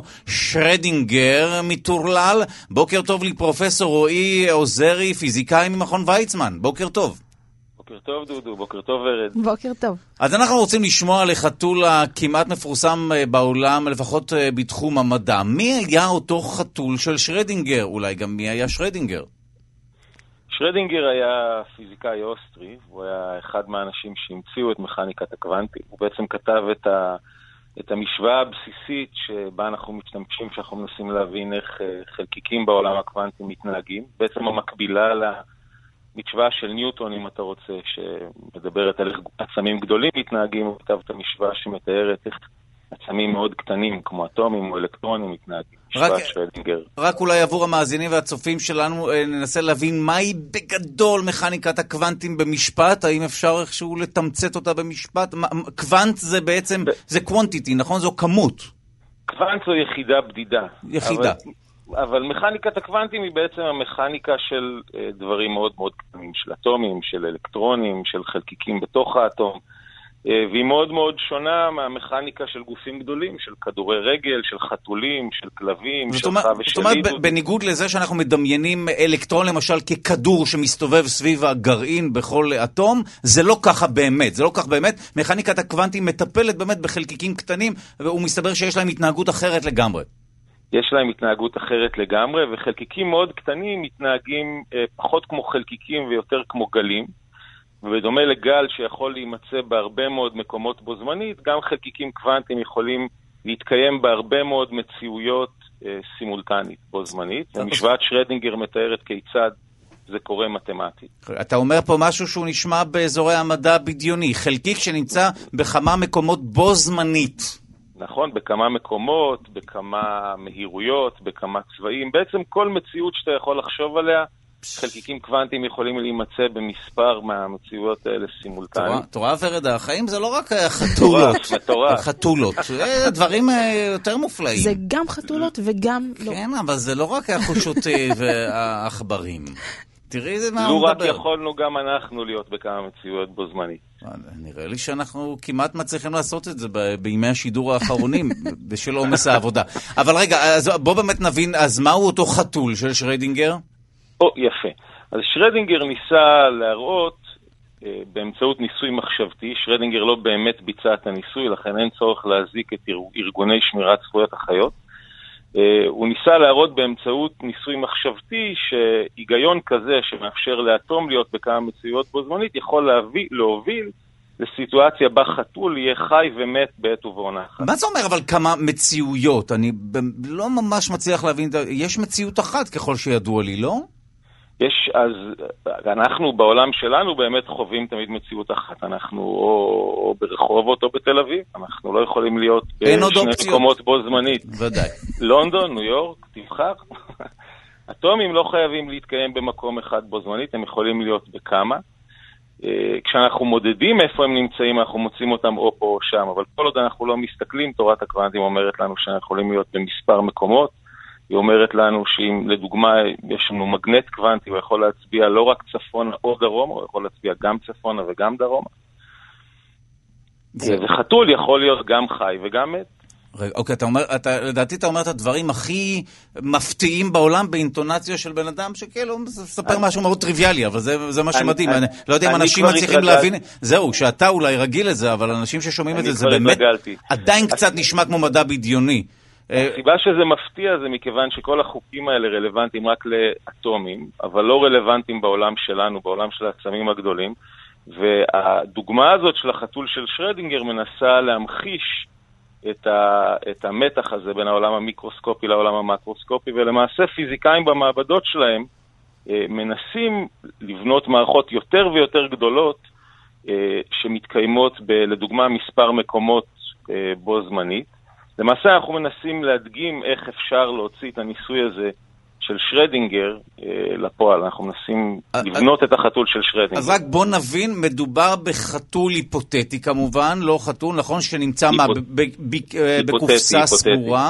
שרדינגר מטורלל? בוקר טוב לי פרופסור רועי עוזרי, פיזיקאי ממכון ויצמן. בוקר טוב. בוקר טוב דודו, בוקר טוב ורד. בוקר טוב. אז אנחנו רוצים לשמוע על החתול הכמעט מפורסם בעולם, לפחות בתחום המדע. מי היה אותו חתול של שרדינגר? אולי גם מי היה שרדינגר? שרדינגר היה פיזיקאי אוסטרי, הוא היה אחד מהאנשים שהמציאו את מכניקת הקוונטים. הוא בעצם כתב את, ה, את המשוואה הבסיסית שבה אנחנו משתמשים, שאנחנו מנסים להבין איך חלקיקים בעולם הקוונטים מתנהגים. בעצם המקבילה לה... משוואה של ניוטון, אם אתה רוצה, שמדברת על עצמים גדולים מתנהגים, הוא כתב את המשוואה שמתארת איך עצמים מאוד קטנים, כמו אטומים או אלקטרונים מתנהגים. רק, רק אולי עבור המאזינים והצופים שלנו ננסה להבין מהי בגדול מכניקת הקוונטים במשפט, האם אפשר איכשהו לתמצת אותה במשפט? קוונט זה בעצם, זה קוונטיטי, נכון? זו כמות. קוונט זו יחידה בדידה. יחידה. אבל... אבל מכניקת הקוונטים היא בעצם המכניקה של דברים מאוד מאוד קטנים, של אטומים, של אלקטרונים, של חלקיקים בתוך האטום, והיא מאוד מאוד שונה מהמכניקה של גופים גדולים, של כדורי רגל, של חתולים, של כלבים, של חווה ושל זאת אומרת, בניגוד לזה שאנחנו מדמיינים אלקטרון למשל ככדור שמסתובב סביב הגרעין בכל אטום, זה לא ככה באמת, זה לא כך באמת. מכניקת הקוונטים מטפלת באמת בחלקיקים קטנים, והוא מסתבר שיש להם התנהגות אחרת לגמרי. יש להם התנהגות אחרת לגמרי, וחלקיקים מאוד קטנים מתנהגים אה, פחות כמו חלקיקים ויותר כמו גלים, ובדומה לגל שיכול להימצא בהרבה מאוד מקומות בו זמנית, גם חלקיקים קוונטיים יכולים להתקיים בהרבה מאוד מציאויות אה, סימולטנית בו זמנית. המשוואת שרדינגר מתארת כיצד זה קורה מתמטית. אתה אומר פה משהו שהוא נשמע באזורי המדע הבדיוני, חלקיק שנמצא בכמה מקומות בו זמנית. נכון, בכמה מקומות, בכמה מהירויות, בכמה צבעים. בעצם כל מציאות שאתה יכול לחשוב עליה, חלקיקים קוונטיים יכולים להימצא במספר מהמציאויות האלה סימולטנית. תורה ורד, החיים זה לא רק חתולות. מטורף. חתולות. זה דברים יותר מופלאים. זה גם חתולות וגם לא. כן, אבל זה לא רק החושותי והעכברים. תראי זה מה הוא מדבר. לו רק יכולנו גם אנחנו להיות בכמה מציאויות בו זמנית. נראה לי שאנחנו כמעט מצליחים לעשות את זה בימי השידור האחרונים, בשל עומס העבודה. אבל רגע, אז בוא באמת נבין, אז מהו אותו חתול של שרדינגר? או, יפה. אז שרדינגר ניסה להראות אה, באמצעות ניסוי מחשבתי, שרדינגר לא באמת ביצע את הניסוי, לכן אין צורך להזיק את ארגוני שמירת זכויות החיות. הוא ניסה להראות באמצעות ניסוי מחשבתי שהיגיון כזה שמאפשר לאטום להיות בכמה מציאויות בו זמנית יכול להביא, להוביל לסיטואציה בה חתול יהיה חי ומת בעת ובעונה אחת. מה זה אומר אבל כמה מציאויות? אני לא ממש מצליח להבין, יש מציאות אחת ככל שידוע לי, לא? יש, אז אנחנו בעולם שלנו באמת חווים תמיד מציאות אחת. אנחנו או, או ברחובות או בתל אביב. אנחנו לא יכולים להיות בשני מקומות בו זמנית. ודאי. לונדון, ניו יורק, תבחר. אטומים לא חייבים להתקיים במקום אחד בו זמנית, הם יכולים להיות בכמה. כשאנחנו מודדים איפה הם נמצאים, אנחנו מוצאים אותם או פה או שם. אבל כל עוד אנחנו לא מסתכלים, תורת הקוונטים אומרת לנו שאנחנו יכולים להיות במספר מקומות. היא אומרת לנו שאם לדוגמה יש לנו מגנט קוונטי, הוא יכול להצביע לא רק צפונה או דרומה, הוא יכול להצביע גם צפונה וגם דרומה. וחתול יכול להיות גם חי וגם מת. אוקיי, אתה אומר, אתה, לדעתי אתה אומר את הדברים הכי מפתיעים בעולם באינטונציה של בן אדם, שכאילו מספר משהו מאוד טריוויאלי, אבל זה, זה מה שמדהים. אני, לא יודע אם אנשים מצליחים להבין, זהו, שאתה אולי רגיל לזה, אבל אנשים ששומעים את זה, זה באמת עדיין קצת נשמע כמו מדע בדיוני. הסיבה שזה מפתיע זה מכיוון שכל החוקים האלה רלוונטיים רק לאטומים, אבל לא רלוונטיים בעולם שלנו, בעולם של העצמים הגדולים, והדוגמה הזאת של החתול של שרדינגר מנסה להמחיש את, ה, את המתח הזה בין העולם המיקרוסקופי לעולם המקרוסקופי, ולמעשה פיזיקאים במעבדות שלהם מנסים לבנות מערכות יותר ויותר גדולות שמתקיימות ב, לדוגמה מספר מקומות בו זמנית. למעשה אנחנו מנסים להדגים איך אפשר להוציא את הניסוי הזה של שרדינגר לפועל. אנחנו מנסים לבנות את החתול של שרדינגר. אז רק בוא נבין, מדובר בחתול היפותטי כמובן, לא חתול, נכון, שנמצא בקופסה סגורה,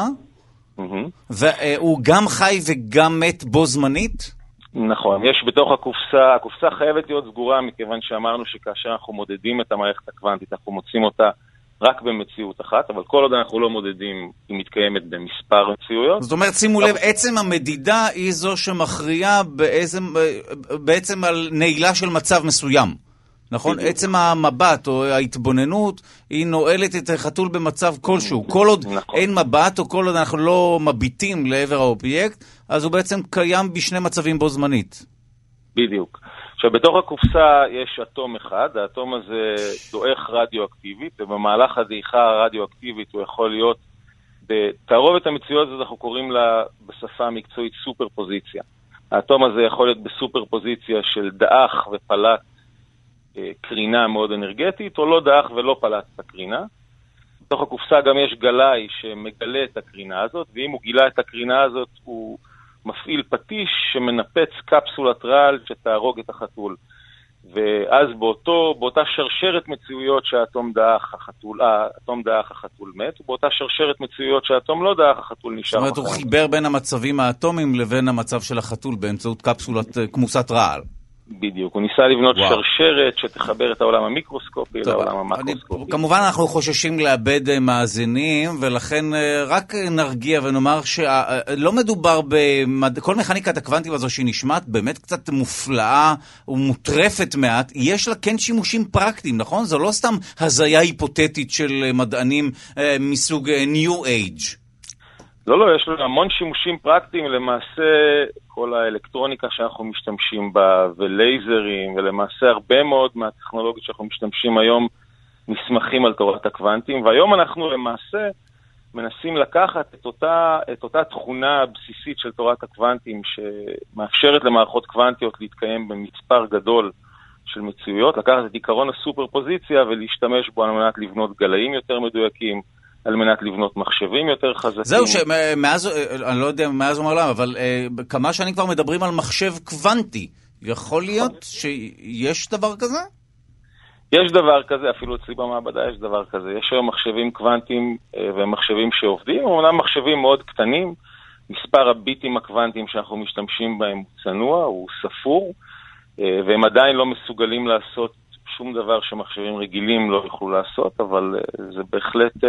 והוא גם חי וגם מת בו זמנית? נכון, יש בתוך הקופסה, הקופסה חייבת להיות סגורה, מכיוון שאמרנו שכאשר אנחנו מודדים את המערכת הקוונטית, אנחנו מוצאים אותה רק במציאות אחת, אבל כל עוד אנחנו לא מודדים, היא מתקיימת במספר מציאויות. זאת אומרת, שימו לב, עצם המדידה היא זו שמכריעה בעצם, בעצם על נעילה של מצב מסוים. נכון? עצם המבט או ההתבוננות היא נועלת את החתול במצב כלשהו. כל עוד אין מבט או כל עוד אנחנו לא מביטים לעבר האובייקט, אז הוא בעצם קיים בשני מצבים בו זמנית. בדיוק. עכשיו, בתוך הקופסה יש אטום אחד, האטום הזה דועך רדיואקטיבית, ובמהלך הדעיכה הרדיואקטיבית הוא יכול להיות, בתערובת המציאות הזאת אנחנו קוראים לה בשפה המקצועית סופר פוזיציה. האטום הזה יכול להיות בסופר פוזיציה של דעך ופלט אה, קרינה מאוד אנרגטית, או לא דעך ולא פלט את הקרינה. בתוך הקופסה גם יש גלאי שמגלה את הקרינה הזאת, ואם הוא גילה את הקרינה הזאת הוא מפעיל פטיש שמנפץ קפסולת רעל שתהרוג את החתול. ואז באותו, באותה שרשרת מציאויות שהאטום דעך, החתול, האטום דעך, החתול מת, ובאותה שרשרת מציאויות שהאטום לא דעך, החתול נשאר. זאת אומרת, הוא חיבר בין המצבים האטומיים לבין המצב של החתול באמצעות קפסולת כמוסת רעל. בדיוק, הוא ניסה לבנות וואו. שרשרת שתחבר את העולם המיקרוסקופי טוב, לעולם המקרוסקופי. אני, כמובן אנחנו חוששים לאבד מאזינים, ולכן רק נרגיע ונאמר שלא מדובר במד... כל מכניקת הקוונטים הזו שהיא נשמעת באמת קצת מופלאה ומוטרפת מעט, יש לה כן שימושים פרקטיים, נכון? זו לא סתם הזיה היפותטית של מדענים מסוג New Age. לא, לא, יש לנו המון שימושים פרקטיים, למעשה כל האלקטרוניקה שאנחנו משתמשים בה, ולייזרים, ולמעשה הרבה מאוד מהטכנולוגיות שאנחנו משתמשים היום נסמכים על תורת הקוונטים, והיום אנחנו למעשה מנסים לקחת את אותה, את אותה תכונה הבסיסית של תורת הקוונטים, שמאפשרת למערכות קוונטיות להתקיים במספר גדול של מציאויות, לקחת את עיקרון הסופר פוזיציה ולהשתמש בו על מנת לבנות גלאים יותר מדויקים, על מנת לבנות מחשבים יותר חזקים. זהו, שמאז, אני לא יודע מאז אומר למה, אבל uh, כמה שנים כבר מדברים על מחשב קוונטי. יכול להיות שיש דבר כזה? יש דבר כזה, אפילו אצלי במעבדה יש דבר כזה. יש היום מחשבים קוונטיים uh, ומחשבים שעובדים, אומנם מחשבים מאוד קטנים, מספר הביטים הקוונטיים שאנחנו משתמשים בהם הוא צנוע, הוא ספור, uh, והם עדיין לא מסוגלים לעשות שום דבר שמחשבים רגילים לא יוכלו לעשות, אבל uh, זה בהחלט... Uh,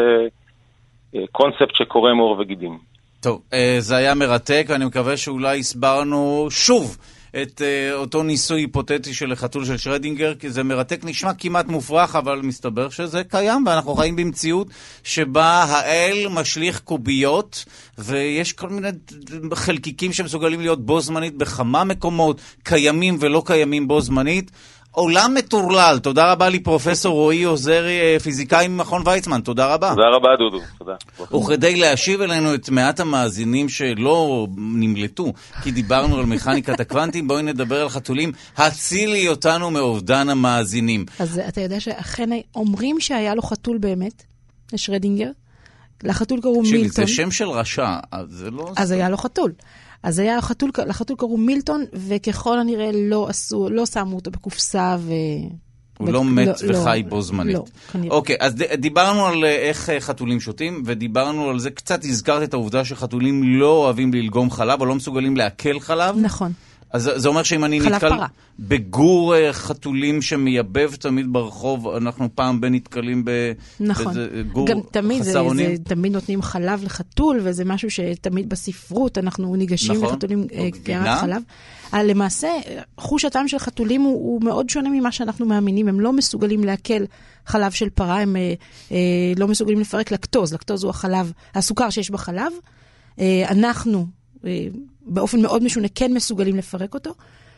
קונספט שקורא מאור וגידים. טוב, זה היה מרתק, ואני מקווה שאולי הסברנו שוב את אותו ניסוי היפותטי של החתול של שרדינגר, כי זה מרתק, נשמע כמעט מופרך, אבל מסתבר שזה קיים, ואנחנו חיים במציאות שבה האל משליך קוביות, ויש כל מיני חלקיקים שמסוגלים להיות בו זמנית בכמה מקומות, קיימים ולא קיימים בו זמנית. עולם מטורלל. תודה רבה לי פרופסור רועי עוזרי, פיזיקאי ממכון ויצמן. תודה רבה. תודה רבה דודו. תודה. וכדי להשיב אלינו את מעט המאזינים שלא נמלטו, כי דיברנו על מכניקת הקוונטים, בואי נדבר על חתולים. הצילי אותנו מאובדן המאזינים. אז אתה יודע שאכן אומרים שהיה לו חתול באמת, לשרדינגר. לחתול קראו מילטון. זה שם של רשע, אז זה לא... אז היה לו חתול. אז היה לחתול, לחתול קראו מילטון, וככל הנראה לא עשו, לא שמו אותו בקופסה ו... הוא לא מת וחי בו זמנית. לא, כנראה. אוקיי, אז דיברנו על איך חתולים שותים, ודיברנו על זה, קצת הזכרת את העובדה שחתולים לא אוהבים ללגום חלב, או לא מסוגלים לעכל חלב. נכון. אז זה אומר שאם אני נתקל בגור חתולים שמייבב תמיד ברחוב, אנחנו פעם בין נתקלים בגור חסרונים. זה תמיד נותנים חלב לחתול, וזה משהו שתמיד בספרות אנחנו ניגשים לחתולים כערת חלב. למעשה, חוש הטעם של חתולים הוא מאוד שונה ממה שאנחנו מאמינים. הם לא מסוגלים להקל חלב של פרה, הם לא מסוגלים לפרק לקטוז. לקטוז הוא החלב, הסוכר שיש בחלב. אנחנו באופן מאוד משונה כן מסוגלים לפרק אותו,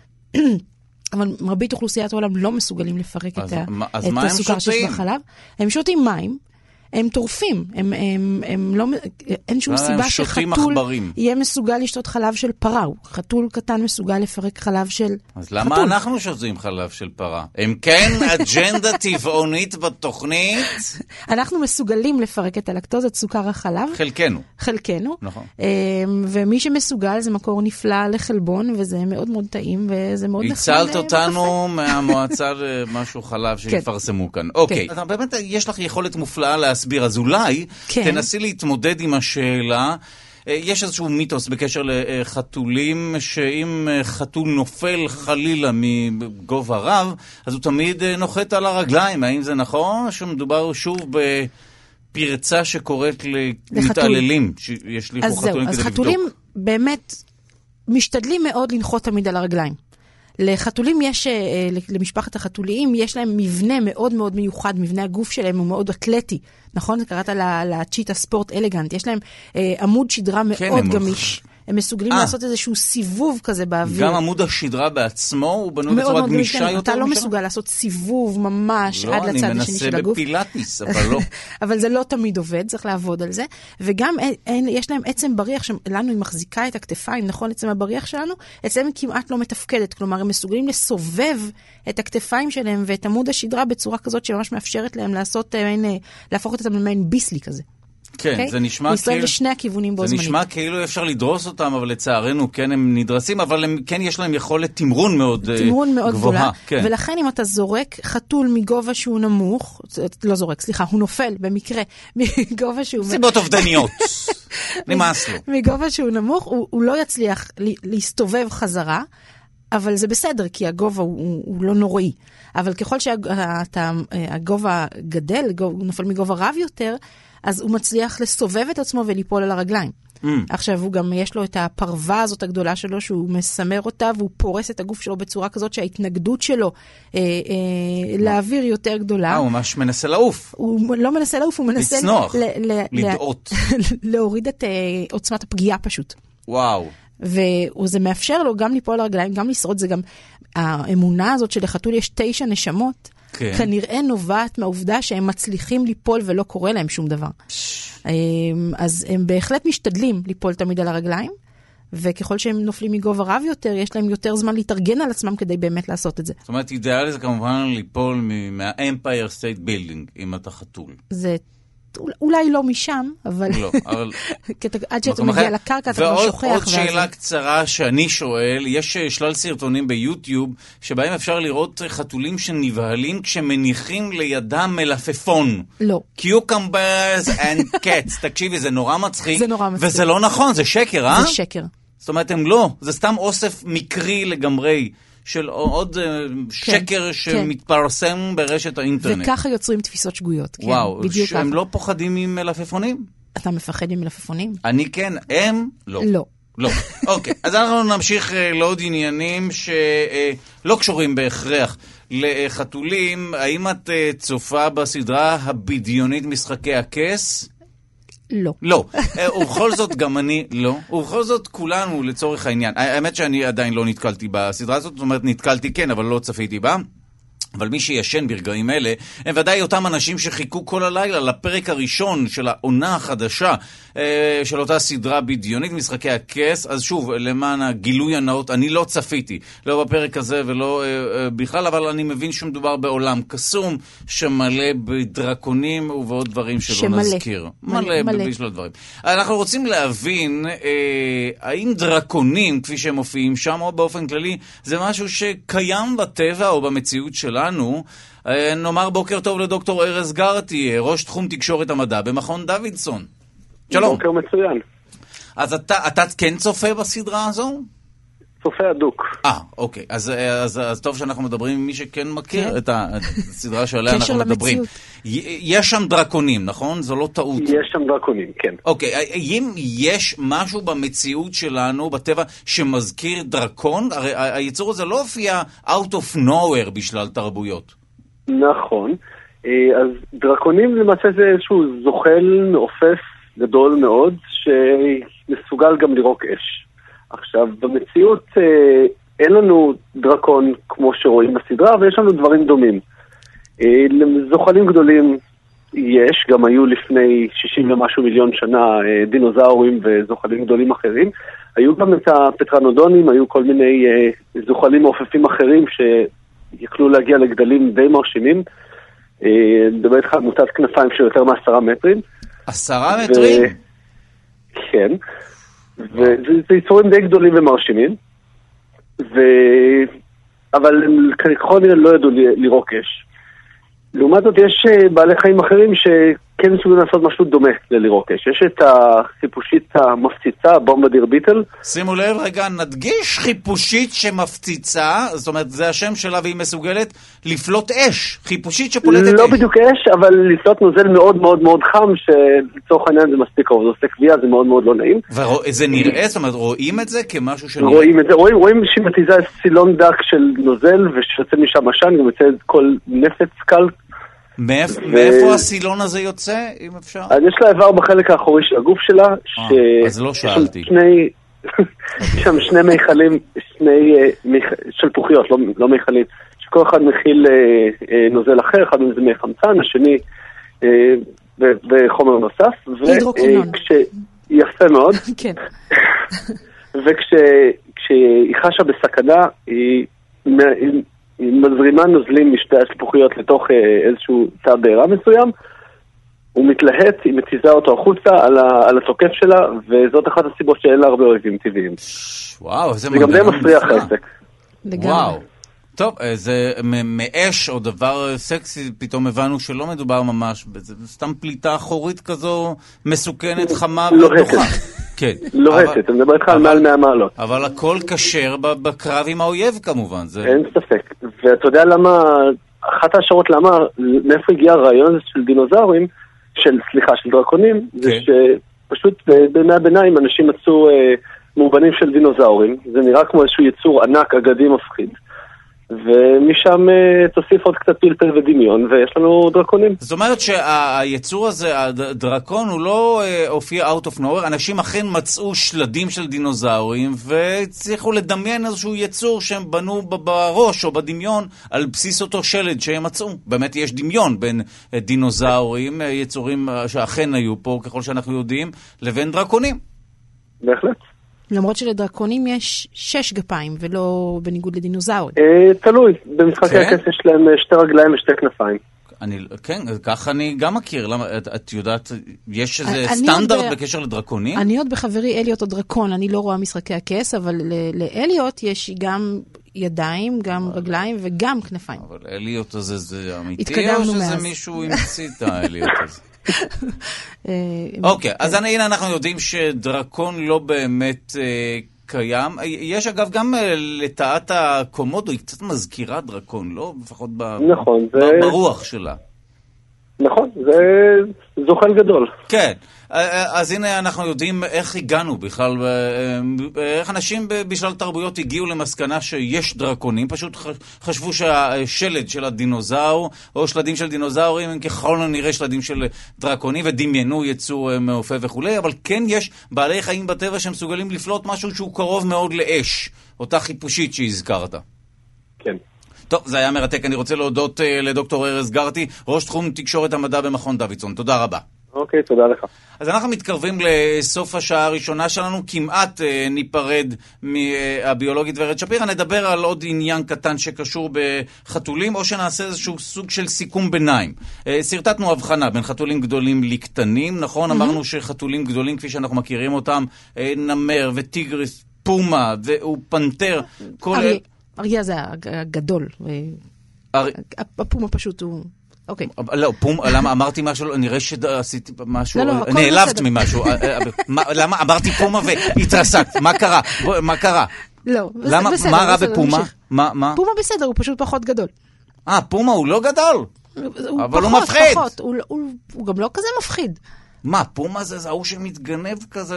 אבל מרבית אוכלוסיית העולם לא מסוגלים לפרק את הסוכר שיש בחלב. הם שותים מים, הם טורפים, הם, הם, הם לא, אין שום סיבה שחתול יהיה מסוגל לשתות חלב של פרה. חתול קטן מסוגל לפרק חלב של חתול. אז למה אנחנו שותים חלב של פרה? הם כן אג'נדה טבעונית בתוכנית? אנחנו מסוגלים לפרק את הלקטוזת, סוכר החלב. חלקנו. חלקנו. נכון. ומי שמסוגל זה מקור נפלא לחלבון, וזה מאוד מאוד טעים, וזה מאוד נחמד. הצלת אותנו מהמועצה למשהו חלב שיפרסמו כאן. אוקיי. באמת יש לך יכולת מופלאה להסביר, אז אולי תנסי להתמודד עם השאלה. יש איזשהו מיתוס בקשר לחתולים, שאם חתול נופל חלילה מגובה רב, אז הוא תמיד נוחת על הרגליים. האם זה נכון? שמדובר שוב בפרצה שקורית למתעללים, שישליחו חתולים כדי לבדוק. אז חתולים באמת משתדלים מאוד לנחות תמיד על הרגליים. לחתולים יש, למשפחת החתוליים, יש להם מבנה מאוד מאוד מיוחד, מבנה הגוף שלהם הוא מאוד אתלטי, נכון? קראת לצ'יטה ספורט אלגנט, יש להם עמוד שדרה מאוד גמיש. הם מסוגלים לעשות איזשהו סיבוב כזה באוויר. גם עמוד השדרה בעצמו הוא בנוי בצורה גמישה יותר? אתה לא מסוגל לעשות סיבוב ממש עד לצד השני של הגוף. לא, אני מנסה בפילאטיס, אבל לא. אבל זה לא תמיד עובד, צריך לעבוד על זה. וגם יש להם עצם בריח, שלנו היא מחזיקה את הכתפיים, נכון? עצם הבריח שלנו, אצלם היא כמעט לא מתפקדת. כלומר, הם מסוגלים לסובב את הכתפיים שלהם ואת עמוד השדרה בצורה כזאת שממש מאפשרת להם לעשות, להפוך את אותם למעין ביסלי כזה. כן, זה נשמע כאילו... לשני הכיוונים בו זמנית. זה נשמע כאילו אפשר לדרוס אותם, אבל לצערנו כן הם נדרסים, אבל הם, כן יש להם יכולת תמרון מאוד, תמרון מאוד גבוהה. כן. ולכן אם אתה זורק חתול מגובה שהוא נמוך, לא זורק, סליחה, הוא נופל במקרה, מגובה שהוא... סיבות אובדניות. נמאס לו. מגובה שהוא נמוך, הוא, הוא לא יצליח להסתובב חזרה, אבל זה בסדר, כי הגובה הוא, הוא, הוא לא נוראי. אבל ככל שהגובה גדל, הוא נופל מגובה רב יותר, אז הוא מצליח לסובב את עצמו וליפול על הרגליים. Mm. עכשיו, הוא גם יש לו את הפרווה הזאת הגדולה שלו, שהוא מסמר אותה, והוא פורס את הגוף שלו בצורה כזאת שההתנגדות שלו אה, אה, להעביר יותר גדולה. אה, הוא ממש מנסה לעוף. הוא לא מנסה לעוף, הוא מנסה... לצנוח, ל- לדעות. להוריד את אה, עוצמת הפגיעה פשוט. וואו. וזה מאפשר לו גם ליפול על הרגליים, גם לשרוד. זה גם, האמונה הזאת שלחתול יש תשע נשמות, כן. כנראה נובעת מהעובדה שהם מצליחים ליפול ולא קורה להם שום דבר. אז הם בהחלט משתדלים ליפול תמיד על הרגליים, וככל שהם נופלים מגובה רב יותר, יש להם יותר זמן להתארגן על עצמם כדי באמת לעשות את זה. זאת אומרת, אידאלי זה כמובן ליפול מה-Empire State Building, אם אתה חתול. זה אולי לא משם, אבל... לא, אבל... עד שאתה מגיע לקרקע, אתה לא שוכח. ועוד שאלה קצרה שאני שואל, יש שלל סרטונים ביוטיוב, שבהם אפשר לראות חתולים שנבהלים כשמניחים לידם מלפפון. לא. Cucumbers and cats. תקשיבי, זה נורא מצחיק. זה נורא מצחיק. וזה לא נכון, זה שקר, אה? זה שקר. זאת אומרת, הם לא. זה סתם אוסף מקרי לגמרי. של עוד שקר שמתפרסם ברשת האינטרנט. וככה יוצרים תפיסות שגויות. וואו, שהם לא פוחדים ממלפפונים? אתה מפחד ממלפפונים? אני כן, הם לא. לא. לא. אוקיי, אז אנחנו נמשיך לעוד עניינים שלא קשורים בהכרח לחתולים. האם את צופה בסדרה הבדיונית משחקי הכס? לא. לא. ובכל זאת גם אני לא. ובכל זאת כולנו לצורך העניין. האמת שאני עדיין לא נתקלתי בסדרה הזאת, זאת אומרת נתקלתי כן, אבל לא צפיתי בה. אבל מי שישן ברגעים אלה, הם ודאי אותם אנשים שחיכו כל הלילה לפרק הראשון של העונה החדשה אה, של אותה סדרה בדיונית, משחקי הכס. אז שוב, למען הגילוי הנאות, אני לא צפיתי, לא בפרק הזה ולא אה, אה, בכלל, אבל אני מבין שמדובר בעולם קסום, שמלא בדרקונים ובעוד דברים שלא שמלא. נזכיר. מלא, מלא בשביל הדברים. אנחנו רוצים להבין, אה, האם דרקונים, כפי שהם מופיעים שם, או באופן כללי, זה משהו שקיים בטבע או במציאות שלנו. לנו, נאמר בוקר טוב לדוקטור ארז גרטי, ראש תחום תקשורת המדע במכון דוידסון. שלום. בוקר מצוין. אז אתה, אתה כן צופה בסדרה הזו? צופה הדוק. אה, אוקיי. אז, אז, אז טוב שאנחנו מדברים עם מי שכן מכיר את הסדרה שעליה אנחנו מדברים. יש שם דרקונים, נכון? זו לא טעות. יש שם דרקונים, כן. אוקיי. האם יש משהו במציאות שלנו, בטבע, שמזכיר דרקון? הרי היצור הזה לא הופיע out of nowhere בשלל תרבויות. נכון. אז דרקונים למעשה זה איזשהו זוחל מעופף גדול מאוד, שמסוגל גם לירוק אש. עכשיו, במציאות אה, אין לנו דרקון כמו שרואים בסדרה, ויש לנו דברים דומים. אה, זוחלים גדולים יש, גם היו לפני שישים ומשהו מיליון שנה אה, דינוזאורים וזוחלים גדולים אחרים. היו גם את הפטרנודונים, היו כל מיני אה, זוחלים מעופפים אחרים שיכלו להגיע לגדלים די מרשימים. אה, מדבר איתך על מוטת כנפיים של יותר מעשרה מטרים. עשרה מטרים? ו... כן. וזה יצורים די גדולים ומרשימים, ו... אבל הם ככל נראה לא ידעו לירוק אש. לעומת זאת יש בעלי חיים אחרים שכן מסוגלים לעשות משהו דומה ללירוק אש. יש את החיפושית המפציצה, בומבדיר ביטל. שימו לב, רגע, נדגיש חיפושית שמפציצה, זאת אומרת, זה השם שלה והיא מסוגלת לפלוט אש. חיפושית שפולטת אש. לא בדיוק אש, אבל לפלוט נוזל מאוד מאוד מאוד חם, שלצורך העניין זה מספיק קרוב. זה עושה קביעה, זה מאוד מאוד לא נעים. וזה נראה, זאת אומרת, רואים את זה כמשהו שנראה? רואים את זה, רואים, רואים שהיא מתיזה סילון דק של נוזל, ושיוצא משם עשן, גם יוצא כל נפץ קל. מאיפה הסילון הזה יוצא, אם אפשר? יש לה איבר בחלק האחורי של הגוף שלה. אז לא שאלתי. יש שם שני מיכלים, שני שלפוחיות, לא מיכלים, שכל אחד מכיל נוזל אחר, אחד מזה מי חמצן, השני בחומר נוסף. הידרוקינון. יפה מאוד. כן. וכשהיא חשה בסכנה, היא... היא מזרימה נוזלים משתי השלפוחיות לתוך איזשהו תא בעירה מסוים, הוא מתלהט, היא מתיזה אותו החוצה על, ה, על התוקף שלה, וזאת אחת הסיבות שאין לה הרבה אויבים טבעיים. וואו, זה גם די מפריע חזק. וואו. טוב, זה מאש או דבר סקסי, פתאום הבנו שלא מדובר ממש, זה סתם פליטה אחורית כזו מסוכנת, חמה ודוחה. כן. לוהטת, אתה מדבר איתך על מעל מאה מעלות. אבל הכל קשר בקרב עם האויב כמובן. אין ספק. ואתה יודע למה, אחת ההשערות למה, מאיפה הגיע הרעיון הזה של דינוזאורים, של, סליחה, של דרקונים, זה שפשוט בימי הביניים אנשים מצאו מאובנים של דינוזאורים, זה נראה כמו איזשהו יצור ענק, אגדי מפחיד. ומשם תוסיף עוד קצת פלפל ודמיון, ויש לנו דרקונים. זאת אומרת שהיצור הזה, הדרקון, הוא לא הופיע out of nowhere, אנשים אכן מצאו שלדים של דינוזאורים, וצריכו לדמיין איזשהו יצור שהם בנו בראש או בדמיון, על בסיס אותו שלד שהם מצאו. באמת יש דמיון בין דינוזאורים, יצורים שאכן היו פה, ככל שאנחנו יודעים, לבין דרקונים. בהחלט. למרות שלדרקונים יש שש גפיים, ולא בניגוד לדינוזאורים. תלוי, במשחקי הכס יש להם שתי רגליים ושתי כנפיים. כן, כך אני גם מכיר. את יודעת, יש איזה סטנדרט בקשר לדרקונים? אני עוד בחברי אליוט או דרקון, אני לא רואה משחקי הכס, אבל לאליוט יש גם ידיים, גם רגליים וגם כנפיים. אבל אליוט הזה זה אמיתי, או שזה מישהו המציא את האליוט הזה? אוקיי, אז הנה אנחנו יודעים שדרקון לא באמת קיים. יש אגב גם לטעת הקומודו, היא קצת מזכירה דרקון, לא? לפחות ברוח שלה. נכון, זה זוחל גדול. כן, אז הנה אנחנו יודעים איך הגענו בכלל, איך אנשים בשלל תרבויות הגיעו למסקנה שיש דרקונים, פשוט חשבו שהשלד של הדינוזאור, או שלדים של דינוזאורים, הם ככל נראה שלדים של דרקונים, ודמיינו יצור מעופה וכו', אבל כן יש בעלי חיים בטבע שמסוגלים לפלוט משהו שהוא קרוב מאוד לאש, אותה חיפושית שהזכרת. כן. טוב, זה היה מרתק. אני רוצה להודות לדוקטור ארז גרטי, ראש תחום תקשורת המדע במכון דוידסון. תודה רבה. אוקיי, תודה לך. אז אנחנו מתקרבים לסוף השעה הראשונה שלנו, כמעט ניפרד מהביולוגית ורד שפירא, נדבר על עוד עניין קטן שקשור בחתולים, או שנעשה איזשהו סוג של סיכום ביניים. סרטטנו הבחנה בין חתולים גדולים לקטנים, נכון? אמרנו שחתולים גדולים, כפי שאנחנו מכירים אותם, נמר וטיגריס, פומה ופנתר, כל... אריה זה הגדול. הפומה פשוט הוא... אוקיי. לא, פום, למה אמרתי משהו, נראה שעשיתי משהו, נעלבת ממשהו. למה אמרתי פומה והתרסקת? מה קרה? מה קרה? לא, למה? בסדר. מה רע בסדר, בפומה? נמשיך. מה, מה? פומה בסדר, הוא פשוט פחות גדול. אה, פומה הוא לא גדול? הוא אבל פחות, הוא מפחיד. פחות, הוא, הוא, הוא גם לא כזה מפחיד. מה, פומה זה זה ההוא שמתגנב כזה?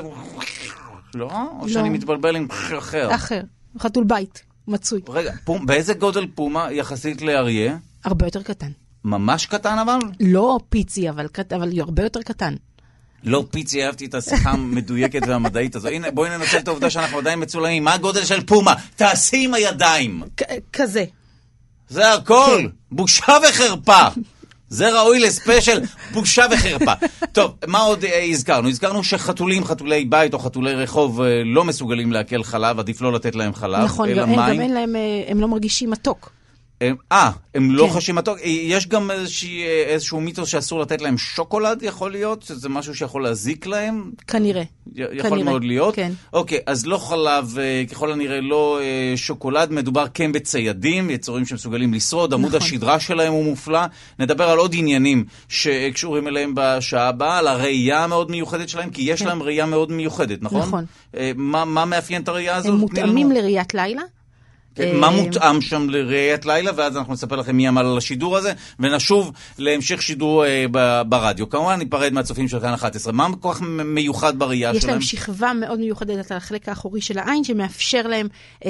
לא? או לא. שאני מתבלבל עם אחר? אחר, חתול בית, מצוי. רגע, פום, באיזה גודל פומה יחסית לאריה? הרבה יותר קטן. ממש קטן אבל? לא פיצי, אבל, אבל הרבה יותר קטן. לא פיצי, אהבתי את השיחה המדויקת והמדעית הזו. הנה, בואי ננצל את העובדה שאנחנו עדיין מצולמים. מה הגודל של פומה? תעשי עם הידיים. כזה. זה הכל. בושה וחרפה. זה ראוי לספיישל, בושה וחרפה. טוב, מה עוד הזכרנו? הזכרנו שחתולים, חתולי בית או חתולי רחוב לא מסוגלים להקל חלב, עדיף לא לתת להם חלב, נכון, אלא גם מים. אין להם, הם לא מרגישים מתוק. אה, הם לא כן. חשים מתוק. יש גם איזושהי, איזשהו מיתוס שאסור לתת להם שוקולד, יכול להיות? שזה משהו שיכול להזיק להם? כנראה. יכול כנראה. מאוד להיות. כן. אוקיי, אז לא חלב, ככל הנראה לא שוקולד, מדובר כן בציידים, יצורים שמסוגלים לשרוד, עמוד נכון. השדרה שלהם הוא מופלא. נדבר על עוד עניינים שקשורים אליהם בשעה הבאה, על הראייה המאוד מיוחדת שלהם, כי יש כן. להם ראייה מאוד מיוחדת, נכון? נכון. מה, מה מאפיין את הראייה הזו? הם מותאמים לראיית לילה. מה מותאם שם לראיית לילה, ואז אנחנו נספר לכם מי עמל על השידור הזה, ונשוב להמשך שידור ברדיו. כמובן, ניפרד מהצופים של כאן אחת עשרה. מה כל כך מיוחד בראייה שלהם? יש להם שכבה מאוד מיוחדת על החלק האחורי של העין, שמאפשר להם אה,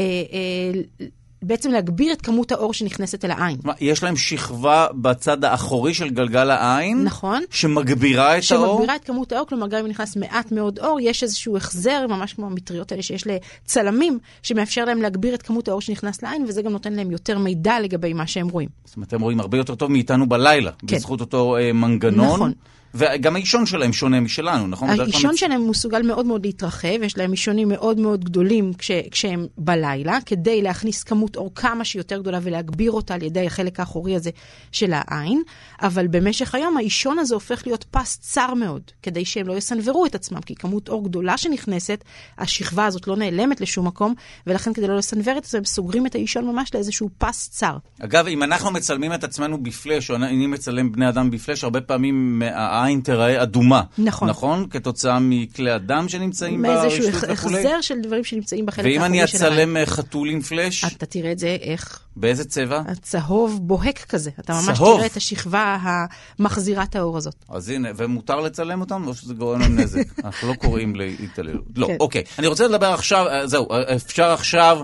אה, בעצם להגביר את כמות האור שנכנסת אל העין. יש להם שכבה בצד האחורי של גלגל העין? נכון. שמגבירה את האור? שמגבירה את כמות האור, כלומר גם אם נכנס מעט מאוד אור, יש איזשהו החזר, ממש כמו המטריות האלה שיש לצלמים, שמאפשר להם להגביר את כמות האור שנכנס לעין, וזה גם נותן להם יותר מידע לגבי מה שהם רואים. זאת אומרת, הם רואים הרבה יותר טוב מאיתנו בלילה, כן. בזכות אותו אה, מנגנון. נכון. וגם האישון שלהם שונה משלנו, נכון? האישון שלהם מסוגל מאוד מאוד להתרחב, יש להם אישונים מאוד מאוד גדולים כש, כשהם בלילה, כדי להכניס כמות אור כמה שיותר גדולה ולהגביר אותה על ידי החלק האחורי הזה של העין, אבל במשך היום האישון הזה הופך להיות פס צר מאוד, כדי שהם לא יסנברו את עצמם, כי כמות אור גדולה שנכנסת, השכבה הזאת לא נעלמת לשום מקום, ולכן כדי לא לסנבר את זה, הם סוגרים את האישון ממש לאיזשהו פס צר. אגב, אם אנחנו מצלמים את עצמנו בפלש, או אני מצלם בני אדם בפלש, הרבה פעמים העין תראה אדומה. נכון. נכון? כתוצאה מכלי אדם שנמצאים ברשתות וכולי. מאיזשהו החזר של דברים שנמצאים בחלק האחורי של העין. ואם אני אצלם חתול עם פלש? אתה תראה את זה איך? באיזה צבע? הצהוב בוהק כזה. אתה ממש צהוב. תראה את השכבה המחזירת האור הזאת. אז הנה, ומותר לצלם אותם? או שזה גורם להם נזק? אנחנו לא קוראים להתעללות. לא, כן. אוקיי. אני רוצה לדבר עכשיו, זהו, אפשר עכשיו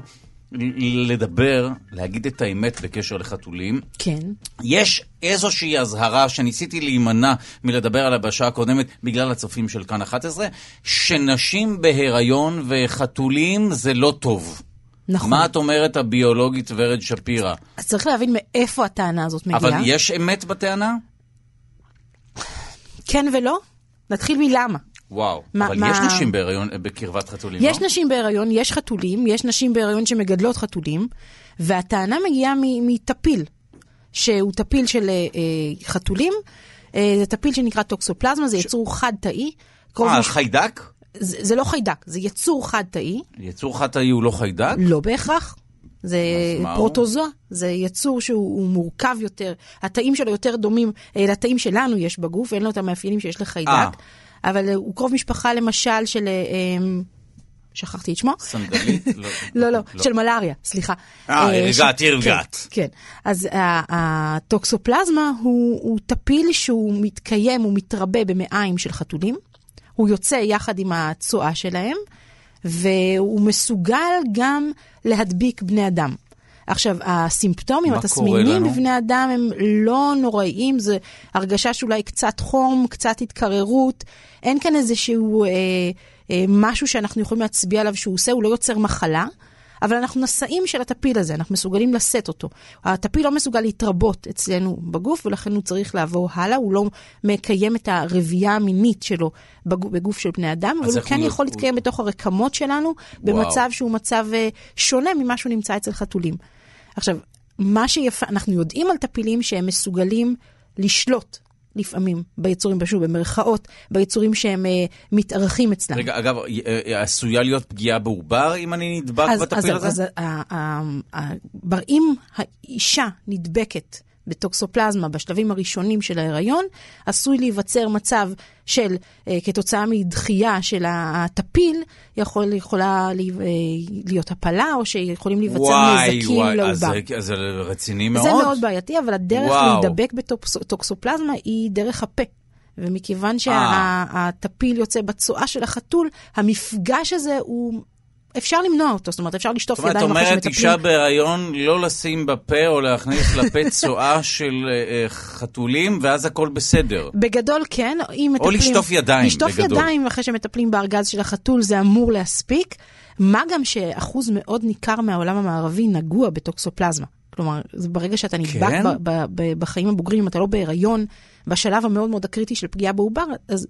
לדבר, להגיד את האמת בקשר לחתולים. כן. יש איזושהי הזהרה שניסיתי להימנע מלדבר עליה בשעה הקודמת בגלל הצופים של כאן אחת עשרה, שנשים בהיריון וחתולים זה לא טוב. נכון. מה את אומרת הביולוגית ורד שפירא? אז צריך להבין מאיפה הטענה הזאת מגיעה. אבל יש אמת בטענה? כן ולא. נתחיל מלמה. וואו, מה, אבל מה... יש נשים בהיריון, בקרבת חתולים, יש לא? נשים בהיריון, יש חתולים, יש נשים בהיריון שמגדלות חתולים, והטענה מגיעה מטפיל, שהוא טפיל של אה, חתולים, אה, זה טפיל שנקרא טוקסופלזמה, זה ש... יצור חד-תאי. אה, מש... חיידק? זה, זה לא חיידק, זה יצור חד-תאי. יצור חד-תאי הוא לא חיידק? לא בהכרח. זה פרוטוזואה, זה יצור שהוא מורכב יותר, התאים שלו יותר דומים לתאים שלנו יש בגוף, אין לו את המאפיינים שיש לחיידק. אה. אבל הוא קרוב משפחה למשל של, שכחתי את שמו. סנדלית? לא, לא, של מלאריה, סליחה. אה, הרגעת, הרגעת. כן, אז הטוקסופלזמה הוא טפיל שהוא מתקיים, הוא מתרבה במעיים של חתולים, הוא יוצא יחד עם הצואה שלהם, והוא מסוגל גם להדביק בני אדם. עכשיו, הסימפטומים, התסמינים בבני אדם הם לא נוראיים, זה הרגשה שאולי קצת חום, קצת התקררות, אין כאן איזשהו אה, אה, משהו שאנחנו יכולים להצביע עליו שהוא עושה, הוא לא יוצר מחלה, אבל אנחנו נשאים של הטפיל הזה, אנחנו מסוגלים לשאת אותו. הטפיל לא מסוגל להתרבות אצלנו בגוף, ולכן הוא צריך לעבור הלאה, הוא לא מקיים את הרבייה המינית שלו בגוף של בני אדם, אבל הוא כן יכול להתקיים בתוך הרקמות שלנו, במצב שהוא מצב שונה ממה שהוא נמצא אצל חתולים. עכשיו, מה שיפה, אנחנו יודעים על טפילים שהם מסוגלים לשלוט לפעמים ביצורים, בשוב, במרכאות, ביצורים שהם אה, מתארחים אצלם. רגע, אגב, עשויה להיות פגיעה בעובר אם אני נדבק אז, בטפיל אז, הזה? אז, אז, אם האישה נדבקת בטוקסופלזמה, בשלבים הראשונים של ההיריון, עשוי להיווצר מצב של, אה, כתוצאה מדחייה של הטפיל, יכול, יכולה להיות הפלה, או שיכולים להיווצר נזקים לעובר. אז זה רציני מאוד. זה מאוד בעייתי, אבל הדרך וואו. להידבק בטוקסופלזמה היא דרך הפה. ומכיוון שהטפיל יוצא בצואה של החתול, המפגש הזה הוא... אפשר למנוע אותו, זאת אומרת, אפשר לשטוף ידיים אחרי שמטפלים. זאת אומרת, אישה בהיריון לא לשים בפה או להכניס לפה צואה של חתולים, ואז הכל בסדר. בגדול כן, אם מטפלים... או לשטוף ידיים, לשטוף בגדול. לשטוף ידיים אחרי שמטפלים בארגז של החתול, זה אמור להספיק. מה גם שאחוז מאוד ניכר מהעולם המערבי נגוע בטוקסופלזמה. כלומר, ברגע שאתה נדבק כן? ב- ב- ב- בחיים הבוגרים, אם אתה לא בהיריון, בשלב המאוד מאוד הקריטי של פגיעה בעובר, אז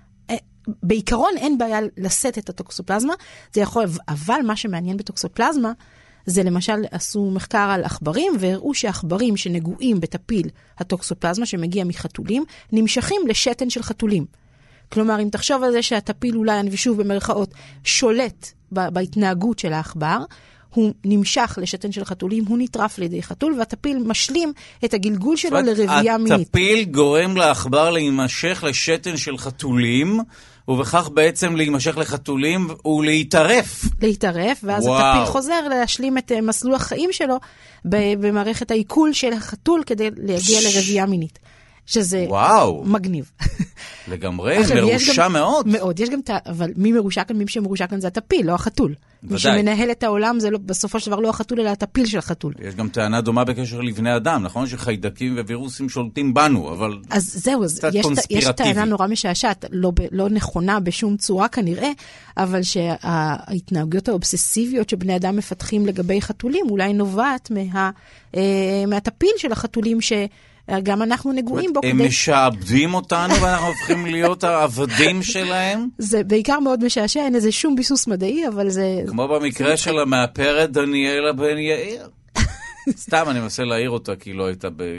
בעיקרון אין בעיה לשאת את הטוקסופלזמה, זה יכול, אבל מה שמעניין בטוקסופלזמה, זה למשל עשו מחקר על עכברים, והראו שהעכברים שנגועים בטפיל הטוקסופלזמה, שמגיע מחתולים, נמשכים לשתן של חתולים. כלומר, אם תחשוב על זה שהטפיל אולי, אני ושוב במרכאות, שולט בהתנהגות של העכבר, הוא נמשך לשתן של חתולים, הוא נטרף לידי חתול, והטפיל משלים את הגלגול שלו לרבייה מינית. הטפיל גורם לעכבר להימשך לשתן של חתולים, ובכך בעצם להימשך לחתולים ולהתערף. להתערף, ואז וואו. הטפיל חוזר להשלים את מסלול החיים שלו במערכת העיכול של החתול כדי להגיע ש... לרבייה מינית. שזה וואו. מגניב. לגמרי, מרושע גם, מאוד. מאוד, יש גם, אבל מי מרושע כאן? מי שמרושע כאן זה הטפיל, לא החתול. ודאי. מי שמנהל את העולם זה לא, בסופו של דבר לא החתול, אלא הטפיל של החתול. יש גם טענה דומה בקשר לבני אדם, נכון? שחיידקים ווירוסים שולטים בנו, אבל אז זהו, אז יש, יש טענה נורא משעשעת, לא, לא נכונה בשום צורה כנראה, אבל שההתנהגויות האובססיביות שבני אדם מפתחים לגבי חתולים, אולי נובעת מה, אה, מהטפיל של החתולים ש... גם אנחנו נגועים בו. הם כדי... משעבדים אותנו ואנחנו הופכים להיות העבדים שלהם? זה בעיקר מאוד משעשע, אין איזה שום ביסוס מדעי, אבל זה... כמו במקרה של המאפרת דניאלה בן יאיר. סתם אני מנסה להעיר אותה, כי לא הייתה ב...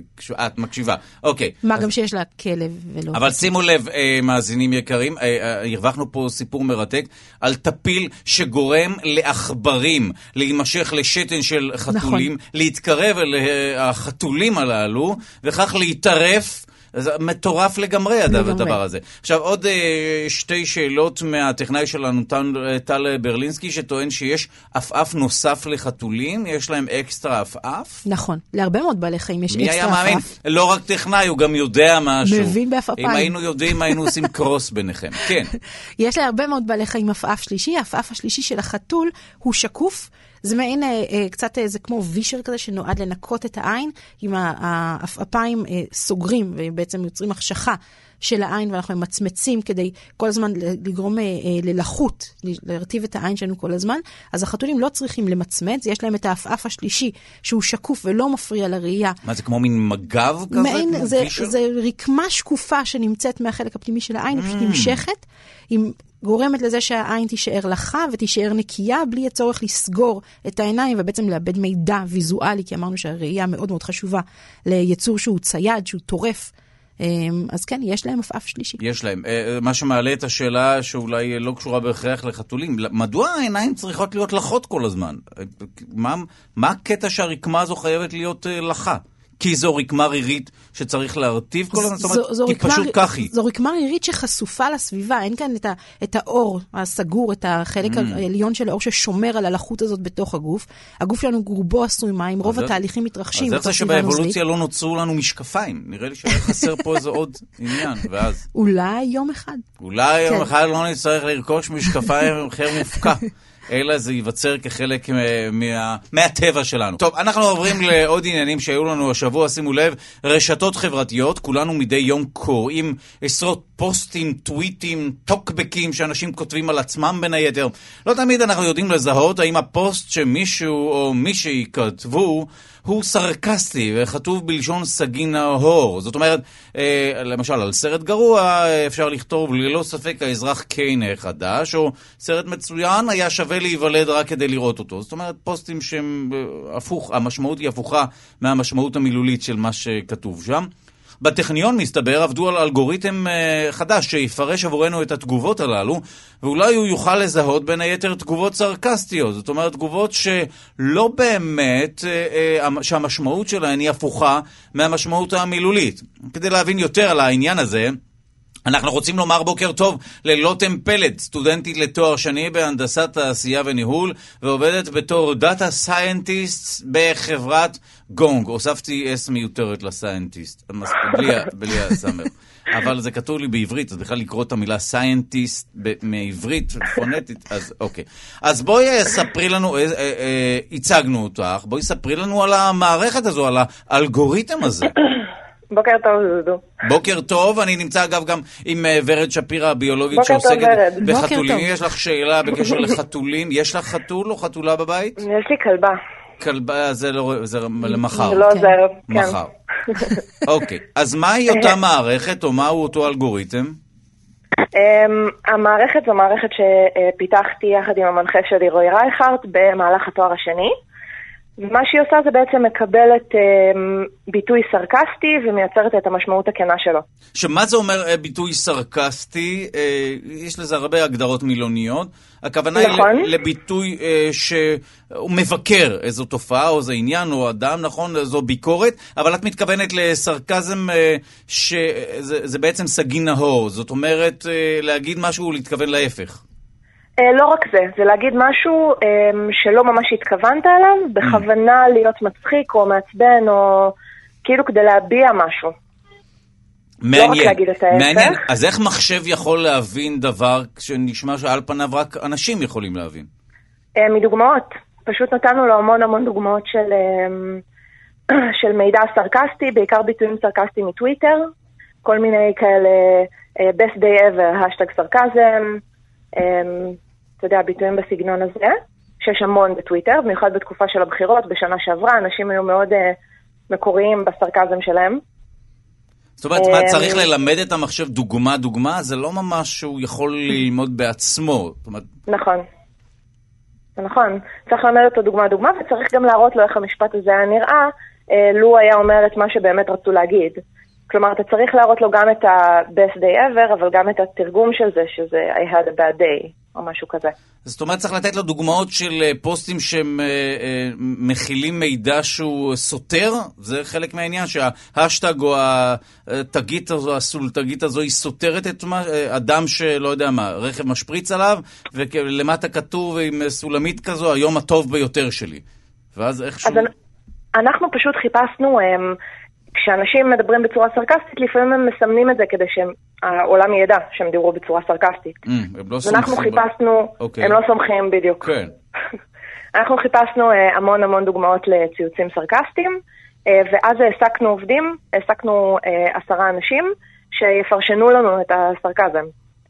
את מקשיבה. אוקיי. מה גם שיש לה כלב ולא... אבל שימו לב, מאזינים יקרים, הרווחנו פה סיפור מרתק על טפיל שגורם לעכברים להימשך לשתן של חתולים, להתקרב אל החתולים הללו, וכך להתערף. זה מטורף לגמרי הדבר הזה. עכשיו, עוד שתי שאלות מהטכנאי שלנו, טל ברלינסקי, שטוען שיש אפאף נוסף לחתולים, יש להם אקסטרה אפאף. נכון, להרבה מאוד בעלי חיים יש אקסטרה אפאף. מי היה מאמין? לא רק טכנאי, הוא גם יודע משהו. מבין באפאפיים. אם היינו יודעים, היינו עושים קרוס ביניכם. כן. יש להרבה מאוד בעלי חיים אפאף שלישי, האפאף השלישי של החתול הוא שקוף, זה מעין אה, אה, קצת אה, זה כמו וישר כזה שנועד לנקות את העין, עם האפיים אה, סוגרים ובעצם יוצרים החשכה של העין, ואנחנו מצמצים כדי כל הזמן לגרום אה, אה, ללחות, להרטיב את העין שלנו כל הזמן, אז החתולים לא צריכים למצמץ, יש להם את האפאף השלישי שהוא שקוף ולא מפריע לראייה. מה זה, כמו מין מגב כזה? מעין, זה, זה רקמה שקופה שנמצאת מהחלק הפנימי של העין, mm. פשוט נמשכת, עם... גורמת לזה שהעין תישאר לחה ותישאר נקייה, בלי הצורך לסגור את העיניים, ובעצם לאבד מידע ויזואלי, כי אמרנו שהראייה מאוד מאוד חשובה ליצור שהוא צייד, שהוא טורף. אז כן, יש להם אפאף שלישי. יש להם. מה שמעלה את השאלה שאולי לא קשורה בהכרח לחתולים, מדוע העיניים צריכות להיות לחות כל הזמן? מה, מה הקטע שהרקמה הזו חייבת להיות לחה? כי זו רקמה רירית שצריך להרטיב כל הזמן, זאת אומרת, כי פשוט ככי. זו רקמה רירית שחשופה לסביבה, אין כאן את, ה, את האור הסגור, את החלק mm. העליון של האור ששומר על הלחות הזאת בתוך הגוף. הגוף שלנו גרובו עשוי מים, רוב התהליכים מתרחשים. אז איך זה שבאבולוציה לא נוצרו לנו משקפיים? נראה לי שחסר פה איזה עוד עניין, ואז... אולי יום אחד. אולי יום אחד לא נצטרך לרכוש משקפיים במחיר מופקע. אלא זה ייווצר כחלק מה, מהטבע שלנו. טוב, אנחנו עוברים לעוד עניינים שהיו לנו השבוע, שימו לב, רשתות חברתיות, כולנו מדי יום קוראים עשרות פוסטים, טוויטים, טוקבקים שאנשים כותבים על עצמם בין היתר. לא תמיד אנחנו יודעים לזהות האם הפוסט שמישהו או מישהי כתבו הוא סרקסטי וכתוב בלשון סגי נהור. זאת אומרת, אה, למשל, על סרט גרוע אפשר לכתוב ללא ספק האזרח קיין החדש, או סרט מצוין היה שווה להיוולד רק כדי לראות אותו. זאת אומרת, פוסטים שהם הפוך, המשמעות היא הפוכה מהמשמעות המילולית של מה שכתוב שם. בטכניון מסתבר עבדו על אלגוריתם חדש שיפרש עבורנו את התגובות הללו, ואולי הוא יוכל לזהות בין היתר תגובות סרקסטיות. זאת אומרת, תגובות שלא באמת, שהמשמעות שלהן היא הפוכה מהמשמעות המילולית. כדי להבין יותר על העניין הזה, אנחנו רוצים לומר בוקר טוב ללוטם פלד, סטודנטית לתואר שני בהנדסת תעשייה וניהול, ועובדת בתור דאטה סיינטיסט בחברת גונג. הוספתי אס מיותרת לסיינטיסט, בלי, בלי הסמר. אבל זה כתוב לי בעברית, אז בכלל לקרוא את המילה סיינטיסט מעברית פונטית, אז אוקיי. אז בואי ספרי לנו, הצגנו אותך, בואי ספרי לנו על המערכת הזו, על האלגוריתם הזה. בוקר טוב, זודו. בוקר טוב, אני נמצא אגב גם עם ורד שפירא, הביולוגית שעוסקת בחתולים. יש לך שאלה בקשר לחתולים? יש לך חתול או חתולה בבית? יש לי כלבה. כלבה, זה למחר. זה לא עוזר, כן. מחר. אוקיי, אז מהי אותה מערכת או מהו אותו אלגוריתם? המערכת זו מערכת שפיתחתי יחד עם המנחה שלי רוי רייכרט במהלך התואר השני. ומה שהיא עושה זה בעצם מקבלת אה, ביטוי סרקסטי ומייצרת את המשמעות הכנה שלו. שמה זה אומר אה, ביטוי סרקסטי? אה, יש לזה הרבה הגדרות מילוניות. הכוונה נכון. היא לביטוי אה, שהוא מבקר איזו תופעה או איזה עניין או אדם, נכון? זו ביקורת, אבל את מתכוונת לסרקזם אה, שזה זה בעצם סגי נהור. זאת אומרת אה, להגיד משהו ולהתכוון להפך. לא רק זה, זה להגיד משהו שלא ממש התכוונת אליו, בכוונה להיות מצחיק או מעצבן, או כאילו כדי להביע משהו. מעניין, לא רק להגיד את ההפך. מעניין. אז איך מחשב יכול להבין דבר שנשמע שעל פניו רק אנשים יכולים להבין? מדוגמאות. פשוט נתנו לו המון המון דוגמאות של, של מידע סרקסטי, בעיקר ביטויים סרקסטיים מטוויטר, כל מיני כאלה best day ever, השטג סרקזם, אתה יודע, ביטויים בסגנון הזה, שיש המון בטוויטר, במיוחד בתקופה של הבחירות, בשנה שעברה, אנשים היו מאוד uh, מקוריים בסרקזם שלהם. זאת אומרת, מה, צריך ללמד את המחשב דוגמה דוגמה? זה לא ממש שהוא יכול ללמוד בעצמו. זאת אומרת... נכון. נכון. צריך ללמד אותו דוגמה דוגמה, וצריך גם להראות לו איך המשפט הזה היה נראה, uh, לו היה אומר את מה שבאמת רצו להגיד. כלומר, אתה צריך להראות לו גם את ה-best day ever, אבל גם את התרגום של זה, שזה I had a bad day, או משהו כזה. זאת אומרת, צריך לתת לו דוגמאות של פוסטים שמכילים מידע שהוא סותר? זה חלק מהעניין, שההשטג או התגית הזו, הסולטגית הזו, היא סותרת את אדם שלא יודע מה, רכב משפריץ עליו, ולמטה כתוב עם סולמית כזו, היום הטוב ביותר שלי. ואז איכשהו... אז אנחנו פשוט חיפשנו... כשאנשים מדברים בצורה סרקסטית, לפעמים הם מסמנים את זה כדי שהעולם ידע שהם דיברו בצורה סרקסטית. הם לא סומכים. אנחנו חיפשנו, הם לא סומכים בדיוק. כן. אנחנו חיפשנו המון המון דוגמאות לציוצים סרקסטיים, ואז העסקנו עובדים, העסקנו עשרה אנשים שיפרשנו לנו את הסרקזם.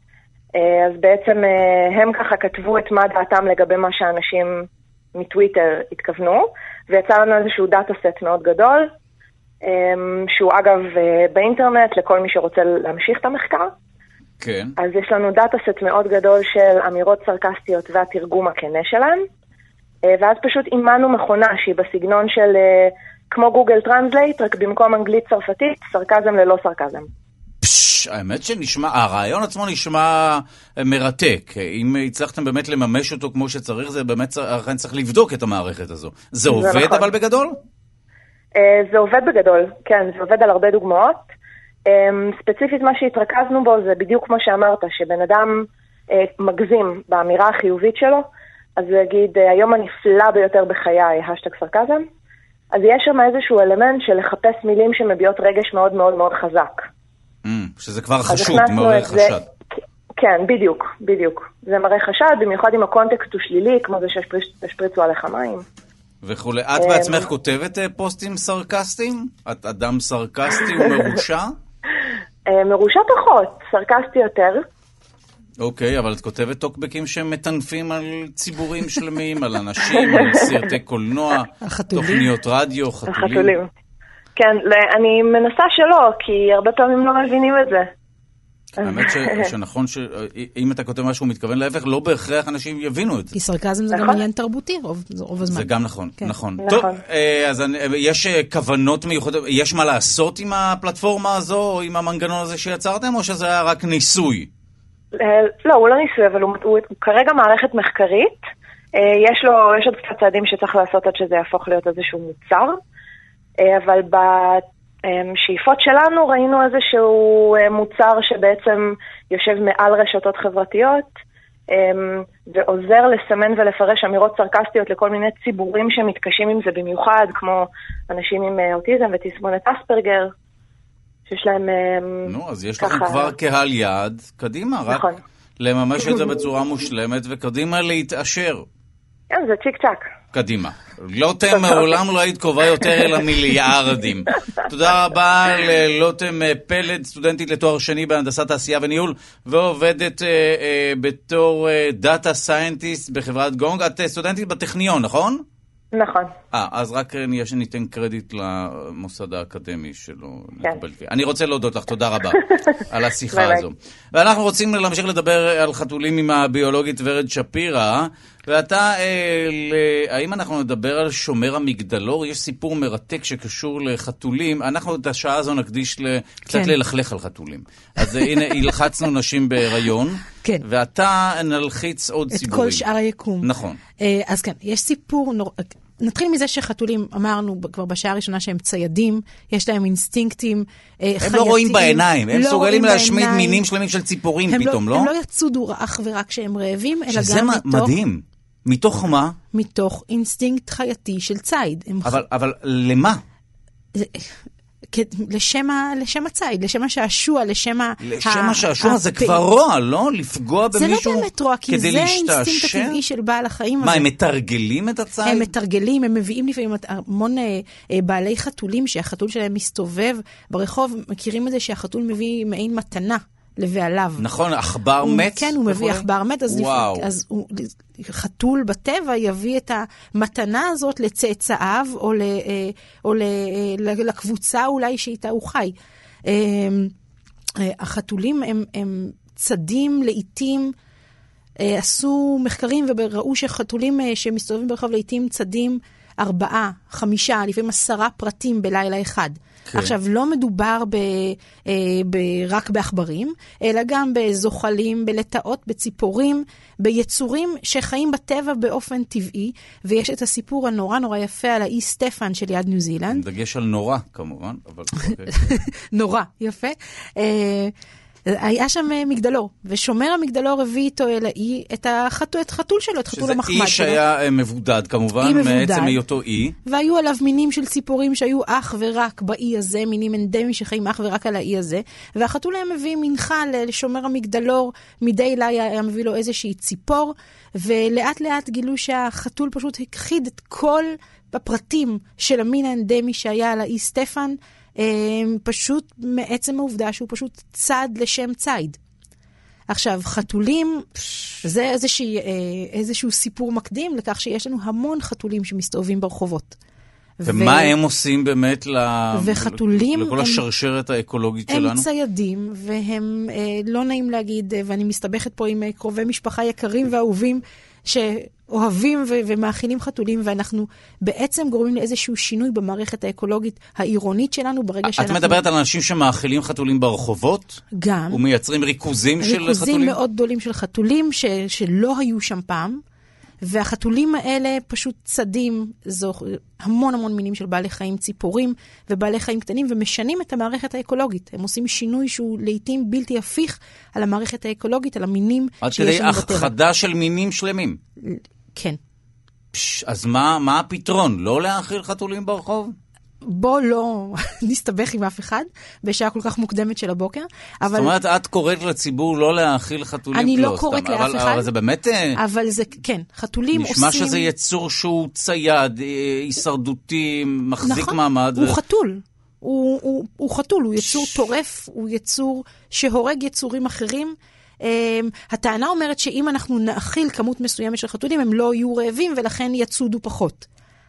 אז בעצם הם ככה כתבו את מה דעתם לגבי מה שאנשים מטוויטר התכוונו, ויצא לנו איזשהו דאטה סט מאוד גדול, שהוא אגב באינטרנט לכל מי שרוצה להמשיך את המחקר. כן. אז יש לנו דאטה סט מאוד גדול של אמירות סרקסטיות והתרגום הכנה שלהן, ואז פשוט אימנו מכונה שהיא בסגנון של כמו גוגל טרנסלייט, רק במקום אנגלית צרפתית, סרקזם ללא סרקזם. פש, האמת שנשמע, הרעיון עצמו נשמע מרתק. אם הצלחתם באמת לממש אותו כמו שצריך, זה באמת צריך לבדוק את המערכת הזו. זה עובד אבל בגדול? זה עובד בגדול, כן, זה עובד על הרבה דוגמאות. ספציפית מה שהתרכזנו בו זה בדיוק כמו שאמרת, שבן אדם מגזים באמירה החיובית שלו, אז הוא יגיד, היום הנפלא ביותר בחיי, השטג סרקזם, אז יש שם איזשהו אלמנט של לחפש מילים שמביעות רגש מאוד מאוד מאוד חזק. שזה כבר חשוד, מעורר חשד. כן, בדיוק, בדיוק. זה מראה חשד, במיוחד אם הקונטקסט הוא שלילי, כמו זה ששפריצו עליך מים. וכולי. את בעצמך כותבת פוסטים סרקסטיים? את אדם סרקסטי ומרושע? מרושע פחות, סרקסטי יותר. אוקיי, אבל את כותבת טוקבקים שמטנפים על ציבורים שלמים, על אנשים, על סרטי קולנוע, תוכניות רדיו, חתולים. חתולים. כן, אני מנסה שלא, כי הרבה פעמים לא מבינים את זה. האמת שנכון שאם אתה כותב משהו מתכוון להפך, לא בהכרח אנשים יבינו את זה. כי סרקזם זה גם עניין תרבותי רוב הזמן. זה גם נכון, נכון. טוב, אז יש כוונות מיוחדות, יש מה לעשות עם הפלטפורמה הזו, או עם המנגנון הזה שיצרתם, או שזה היה רק ניסוי? לא, הוא לא ניסוי, אבל הוא כרגע מערכת מחקרית. יש לו, יש עוד קצת צעדים שצריך לעשות עד שזה יהפוך להיות איזשהו מוצר, אבל בשאיפות שלנו ראינו איזשהו מוצר שבעצם יושב מעל רשתות חברתיות, ועוזר לסמן ולפרש אמירות סרקסטיות לכל מיני ציבורים שמתקשים עם זה במיוחד, כמו אנשים עם אוטיזם ותסמונת אספרגר, שיש להם נו, אז יש לכם כבר קהל יעד, קדימה, רק לממש את זה בצורה מושלמת, וקדימה להתאשר. כן, זה צ'יק צ'ק. קדימה. לוטם מעולם לא היית קובע יותר אלא מיליארדים. תודה רבה ללוטם פלד, סטודנטית לתואר שני בהנדסת תעשייה וניהול, ועובדת אה, אה, בתור דאטה סיינטיסט בחברת גונג. את סטודנטית בטכניון, נכון? נכון. אה, אז רק נהיה שניתן קרדיט למוסד האקדמי שלו. כן. אני רוצה להודות לך, תודה רבה על השיחה הזו. ואנחנו רוצים להמשיך לדבר על חתולים עם הביולוגית ורד שפירא, ואתה, אה, האם אנחנו נדבר על שומר המגדלור? יש סיפור מרתק שקשור לחתולים. אנחנו את השעה הזו נקדיש קצת כן. ללכלך על חתולים. אז הנה, הלחצנו נשים בהיריון, כן. ואתה נלחיץ עוד את ציבורים. את כל שאר היקום. נכון. אז כן, יש סיפור נור... נתחיל מזה שחתולים, אמרנו כבר בשעה הראשונה שהם ציידים, יש להם אינסטינקטים חייתיים. הם לא רואים בעיניים, הם סוגלים להשמיד מינים שלמים של ציפורים פתאום, לא? הם לא יצודו אך ורק כשהם רעבים, אלא גם מתוך... שזה מדהים. מתוך מה? מתוך אינסטינקט חייתי של צייד. אבל למה? לשם, לשם הצייד, לשם השעשוע, לשם ה... לשם השעשוע זה כבר רוע, לא? לפגוע במישהו זה לא באמת רוע, כי זה האינסטינקט הטבעי של בעל החיים. מה, הם מתרגלים את הצייד? הם מתרגלים, הם מביאים לפעמים המון בעלי חתולים שהחתול שלהם מסתובב ברחוב, מכירים את זה שהחתול מביא מעין מתנה לבעליו. נכון, אכבר מת? כן, הוא מביא אכבר מת, אז, לפ... אז הוא... חתול בטבע יביא את המתנה הזאת לצאצאיו, או, ל... או ל... לקבוצה אולי שאיתה הוא חי. החתולים הם, הם צדים לעתים, עשו מחקרים וראו שחתולים שמסתובבים ברחוב לעתים צדים ארבעה, חמישה, לפעמים עשרה פרטים בלילה אחד. כן. עכשיו, לא מדובר ב, אה, ב, רק באחברים, אלא גם בזוחלים, בלטאות, בציפורים, ביצורים שחיים בטבע באופן טבעי, ויש את הסיפור הנורא נורא יפה על האי סטפן של יד ניו זילנד. דגש על נורא, כמובן, אבל... נורא, יפה. אה, היה שם מגדלור, ושומר המגדלור הביא איתו אל האי את החתול, את חתול שלו, את חתול המחמד שלו. שזה אי שהיה מבודד כמובן, מעצם היותו אי. והיו עליו מינים של ציפורים שהיו אך ורק באי הזה, מינים אנדמיים שחיים אך ורק על האי הזה, והחתול היה מביא מנחה לשומר המגדלור, מדי לילה היה מביא לו איזושהי ציפור, ולאט לאט גילו שהחתול פשוט הכחיד את כל הפרטים של המין האנדמי שהיה על האי סטפן, פשוט מעצם העובדה שהוא פשוט צד לשם צייד. עכשיו, חתולים, זה איזשהו, איזשהו סיפור מקדים לכך שיש לנו המון חתולים שמסתובבים ברחובות. ומה ו... הם עושים באמת ל... וחתולים לכל השרשרת האקולוגית הם שלנו? הם ציידים, והם לא נעים להגיד, ואני מסתבכת פה עם קרובי משפחה יקרים ואהובים, שאוהבים ו- ומאכילים חתולים, ואנחנו בעצם גורמים לאיזשהו שינוי במערכת האקולוגית העירונית שלנו ברגע שאנחנו... את מדברת על אנשים שמאכילים חתולים ברחובות? גם. ומייצרים ריכוזים של חתולים? ריכוזים מאוד גדולים של חתולים ש- שלא היו שם פעם, והחתולים האלה פשוט צדים, זו המון המון מינים של בעלי חיים, ציפורים ובעלי חיים קטנים, ומשנים את המערכת האקולוגית. הם עושים שינוי שהוא לעתים בלתי הפיך על המערכת האקולוגית, על המינים שיש לנו בטבע. עד כדי הכחדה של מינים שלמים? כן. פש, אז מה, מה הפתרון? לא להאכיל חתולים ברחוב? בוא לא נסתבך עם אף אחד, בשעה כל כך מוקדמת של הבוקר. אבל... זאת אומרת, את קוראת לציבור לא להאכיל חתולים? אני לא קוראת לאף אחד. אבל זה באמת... אבל זה, כן, חתולים עושים... נשמע שזה יצור שהוא צייד, הישרדותי, מחזיק נכון, מעמד. הוא ו... חתול. הוא, הוא, הוא חתול, הוא יצור ש... טורף, הוא יצור שהורג יצורים אחרים. Um, הטענה אומרת שאם אנחנו נאכיל כמות מסוימת של חתולים, הם לא יהיו רעבים ולכן יצודו פחות.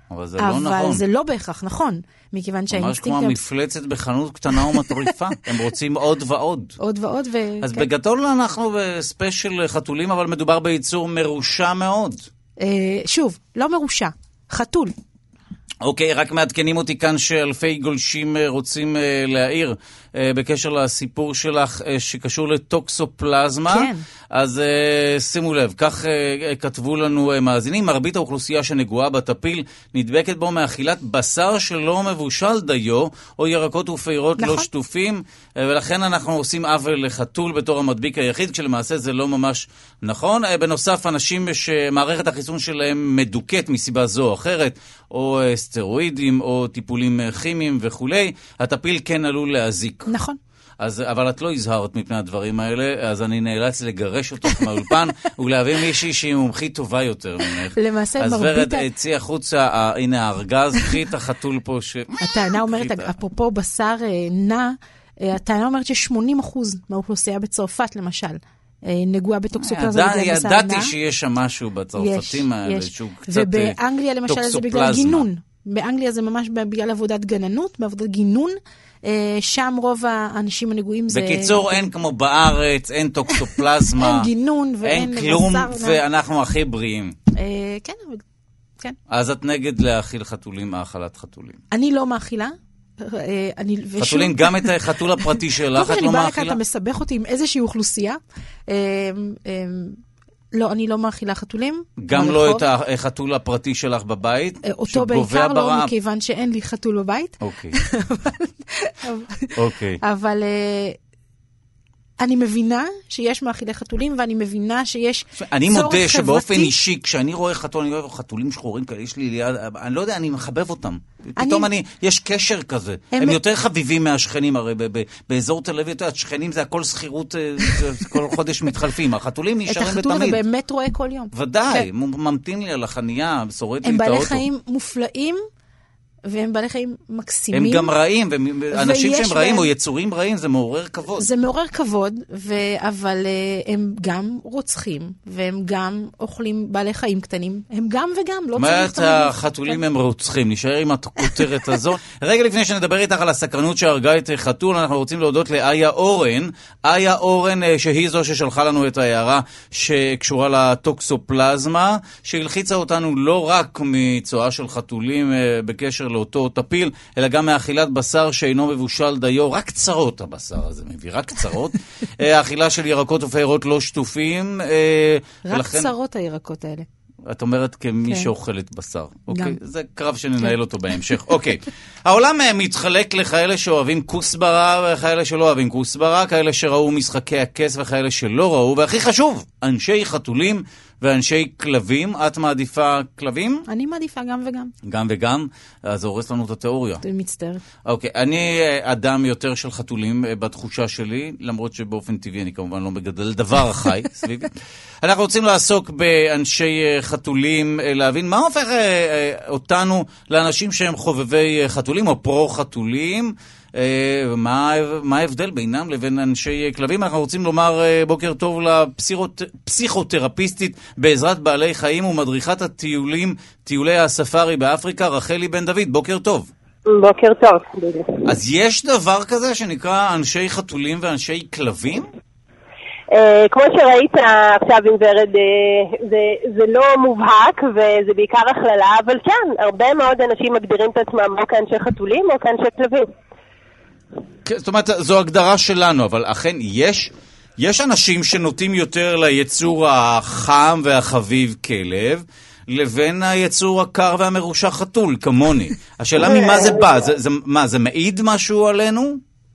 אבל זה לא נכון. אבל זה לא בהכרח נכון, מכיוון שהאינסטינקט... ממש כמו המפלצת בחנות קטנה ומטריפה. הם רוצים עוד ועוד. עוד ועוד ו... אז בגדול אנחנו בספיישל חתולים, אבל מדובר ביצור מרושע מאוד. שוב, לא מרושע, חתול. אוקיי, רק מעדכנים אותי כאן שאלפי גולשים רוצים להעיר בקשר לסיפור שלך שקשור לטוקסופלזמה. כן. אז שימו לב, כך כתבו לנו מאזינים, מרבית האוכלוסייה שנגועה בטפיל נדבקת בו מאכילת בשר שלא מבושל דיו, או ירקות ופירות נכון. לא שטופים, ולכן אנחנו עושים עוול לחתול בתור המדביק היחיד, כשלמעשה זה לא ממש נכון. בנוסף, אנשים שמערכת החיסון שלהם מדוקת מסיבה זו או אחרת, או סטרואידים, או טיפולים כימיים וכולי, הטפיל כן עלול להזיק. נכון. אז, אבל את לא הזהרת מפני הדברים האלה, אז אני נאלץ לגרש אותך מהאולפן, ולהביא מישהי שהיא מומחית טובה יותר ממך. למעשה מרבית... אז ורד, צאי החוצה, הנה הארגז, קחי את החתול פה ש... הטענה אומרת, אפרופו בשר נע, הטענה אומרת ש-שמונים אחוז מהאוכלוסייה בצרפת, למשל, נגועה בטוקסופלזמה בגלל בשר נע. ידעתי שיש שם משהו בצרפתים האלה, שהוא קצת טוקסופלזמה. ובאנגליה למשל זה בגלל גינון. באנגליה זה ממש בגלל עבודת גננות, בעבודת גינון. שם רוב האנשים הנגועים זה... בקיצור, אין כמו בארץ, אין טוקסופלזמה. אין גינון ואין אין כלום, ואנחנו הכי בריאים. כן, כן. אז את נגד להאכיל חתולים, האכלת חתולים. אני לא מאכילה. חתולים, גם את החתול הפרטי שלך, את לא מאכילה? אתה מסבך אותי עם איזושהי אוכלוסייה. לא, אני לא מאכילה חתולים. גם לא את החתול הפרטי שלך בבית? אותו בעיקר לא, מכיוון שאין לי חתול בבית. אוקיי. אוקיי. אבל אני מבינה שיש מאכילי חתולים, ואני מבינה שיש צורך חברתי. אני מודה שבאופן אישי, כשאני רואה חתול, אני רואה חתולים שחורים כאלה, יש לי ליד, אני לא יודע, אני מחבב אותם. פתאום אני, יש קשר כזה. הם יותר חביבים מהשכנים, הרי באזור תל אביב, השכנים זה הכל שכירות, כל חודש מתחלפים. החתולים נשארים בתמיד. את החתול אתה באמת רואה כל יום. ודאי, ממתין לי על החנייה, שורד לי את האוטו. הם בעלי חיים מופלאים, והם בעלי חיים מקסימים. הם גם רעים, ואנשים שהם רעים או יצורים רעים, זה מעורר כבוד. זה מעורר כבוד, אבל הם גם רוצחים, והם גם אוכלים בעלי חיים קטנים. הם גם וגם, לא צריך תמיד. מה החתולים הם רוצחים? נשאר עם הכותרת הזאת. רגע לפני שנדבר איתך על הסקרנות שהרגה את חתול, אנחנו רוצים להודות לאיה אורן. איה אורן, שהיא זו ששלחה לנו את ההערה שקשורה לטוקסופלזמה, שהלחיצה אותנו לא רק מצואה של חתולים בקשר לאותו טפיל, אלא גם מאכילת בשר שאינו מבושל דיו, רק קצרות הבשר הזה מביא, רק קצרות. האכילה של ירקות ופירות לא שטופים. רק קצרות הירקות האלה. את אומרת כמי שאוכלת בשר. אוקיי? זה קרב שננהל אותו בהמשך. אוקיי. העולם מתחלק לכאלה שאוהבים כוסברה וכאלה שלא אוהבים כוסברה, כאלה שראו משחקי הכס וכאלה שלא ראו, והכי חשוב, אנשי חתולים ואנשי כלבים. את מעדיפה כלבים? אני מעדיפה גם וגם. גם וגם? אז זה הורס לנו את התיאוריה. מצטער. אוקיי, אני אדם יותר של חתולים בתחושה שלי, למרות שבאופן טבעי אני כמובן לא מגדל דבר חי סביבי. אנחנו רוצים לעסוק באנשי חתולים, להבין מה הופך אותנו לאנשים שהם חובבי חתולים או פרו-חתולים, מה, מה ההבדל בינם לבין אנשי כלבים. אנחנו רוצים לומר בוקר טוב לפסיכותרפיסטית בעזרת בעלי חיים ומדריכת הטיולים, טיולי הספארי באפריקה, רחלי בן דוד. בוקר טוב. בוקר טוב. אז יש דבר כזה שנקרא אנשי חתולים ואנשי כלבים? כמו שראית עכשיו עם ורד, זה לא מובהק וזה בעיקר הכללה, אבל כן, הרבה מאוד אנשים מגדירים את עצמם או כאנשי חתולים או כאנשי כלבים. זאת אומרת, זו הגדרה שלנו, אבל אכן יש, יש אנשים שנוטים יותר ליצור החם והחביב כלב, לבין היצור הקר והמרושע חתול, כמוני. השאלה ממה זה בא? זה, זה, מה, זה מעיד משהו עלינו?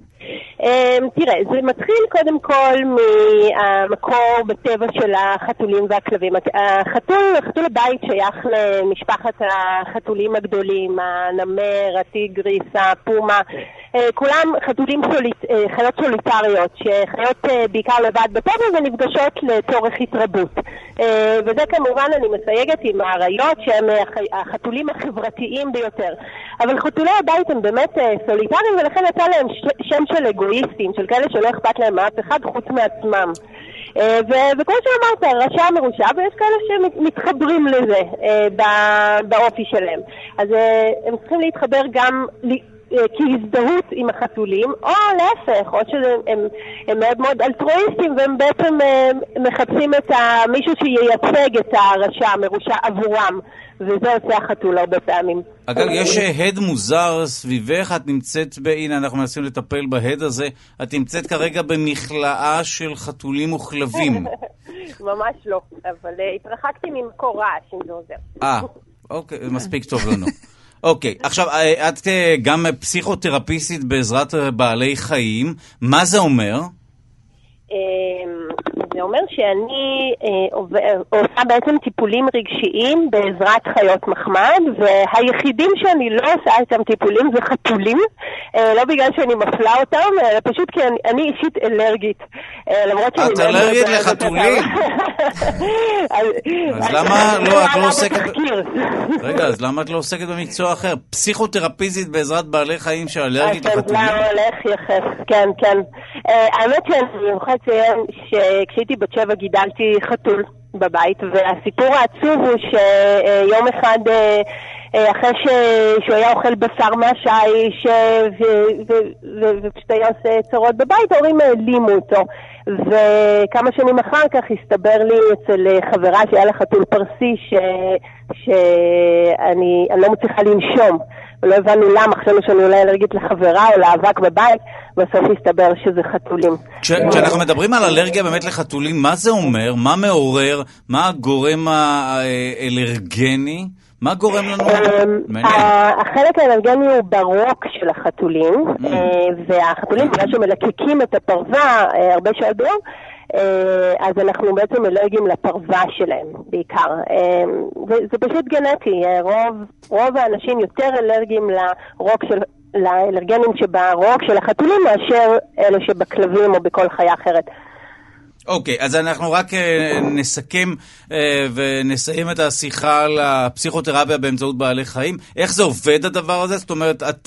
תראה, זה מתחיל קודם כל מהמקור בטבע של החתולים והכלבים. החתול, חתול הבית שייך למשפחת החתולים הגדולים, הנמר, הטיגריס, הפומה, כולם חתולים סוליט, חיות סוליטריות שחיות בעיקר לבד בטבע ונפגשות לצורך התרבות. וזה כמובן אני מסייגת עם האריות שהם החתולים החברתיים ביותר. אבל חתולי הבית הם באמת סוליטריים ולכן יצא להם שם של אגואיסטים, של כאלה שלא אכפת להם מאף אחד חוץ מעצמם. וכמו שאמרת, רשע מרושע, ויש כאלה שמתחברים לזה באופי שלהם. אז הם צריכים להתחבר גם כהזדהות עם החתולים, או להפך, או שהם מאוד מאוד אלטרואיסטים, והם בעצם מחפשים את מישהו שייצג את הרשע המרושע עבורם, וזה עושה החתול הרבה פעמים. אגב, יש הד מוזר סביבך, את נמצאת בהנה, אנחנו מנסים לטפל בהד הזה, את נמצאת כרגע במכלאה של חתולים וכלבים. ממש לא, אבל התרחקתי ממקור רעש, אם זה עוזר. אה, אוקיי, מספיק טוב לנו. אוקיי, עכשיו, את גם פסיכותרפיסטית בעזרת בעלי חיים, מה זה אומר? זה אומר שאני עושה בעצם טיפולים רגשיים בעזרת חיות מחמד, והיחידים שאני לא עושה איתם טיפולים זה חתולים, לא בגלל שאני מפלה אותם, אלא פשוט כי אני אישית אלרגית. את אלרגית לחתולים? אז למה לא, את לא עוסקת... רגע, אז למה את לא עוסקת במקצוע אחר? פסיכותרפיסטית בעזרת בעלי חיים שאלרגית לחתולים? לא, הולך יחף, כן, כן. האמת שאני יכולה לציין שכשהייתי בת שבע גידלתי חתול בבית, והסיפור העצוב הוא שיום אחד אחרי שהוא היה אוכל בשר מהשיש ופשוט היה עושה צרות בבית, ההורים העלימו אותו, וכמה שנים אחר כך הסתבר לי אצל חברה שהיה לה חתול פרסי שאני לא מצליחה לנשום, ולא הבנו למה, חשבנו שאני אולי אלרגית לחברה או לאבק בבית, בסוף הסתבר שזה חתולים. כשאנחנו מדברים על אלרגיה באמת לחתולים, מה זה אומר? מה מעורר? מה הגורם האלרגני? מה גורם לנו? החלק האלרגני הוא ברוק של החתולים, והחתולים בגלל שמלקקים את הפרווה הרבה שעות ביום, אז אנחנו בעצם אלרגיים לפרווה שלהם בעיקר. זה פשוט גנטי, רוב, רוב האנשים יותר אלרגיים לרוק של, לאלרגנים שברוק של החתולים מאשר אלה שבכלבים או בכל חיה אחרת. אוקיי, אז אנחנו רק נסכם ונסיים את השיחה על הפסיכותרפיה באמצעות בעלי חיים. איך זה עובד הדבר הזה? זאת אומרת, את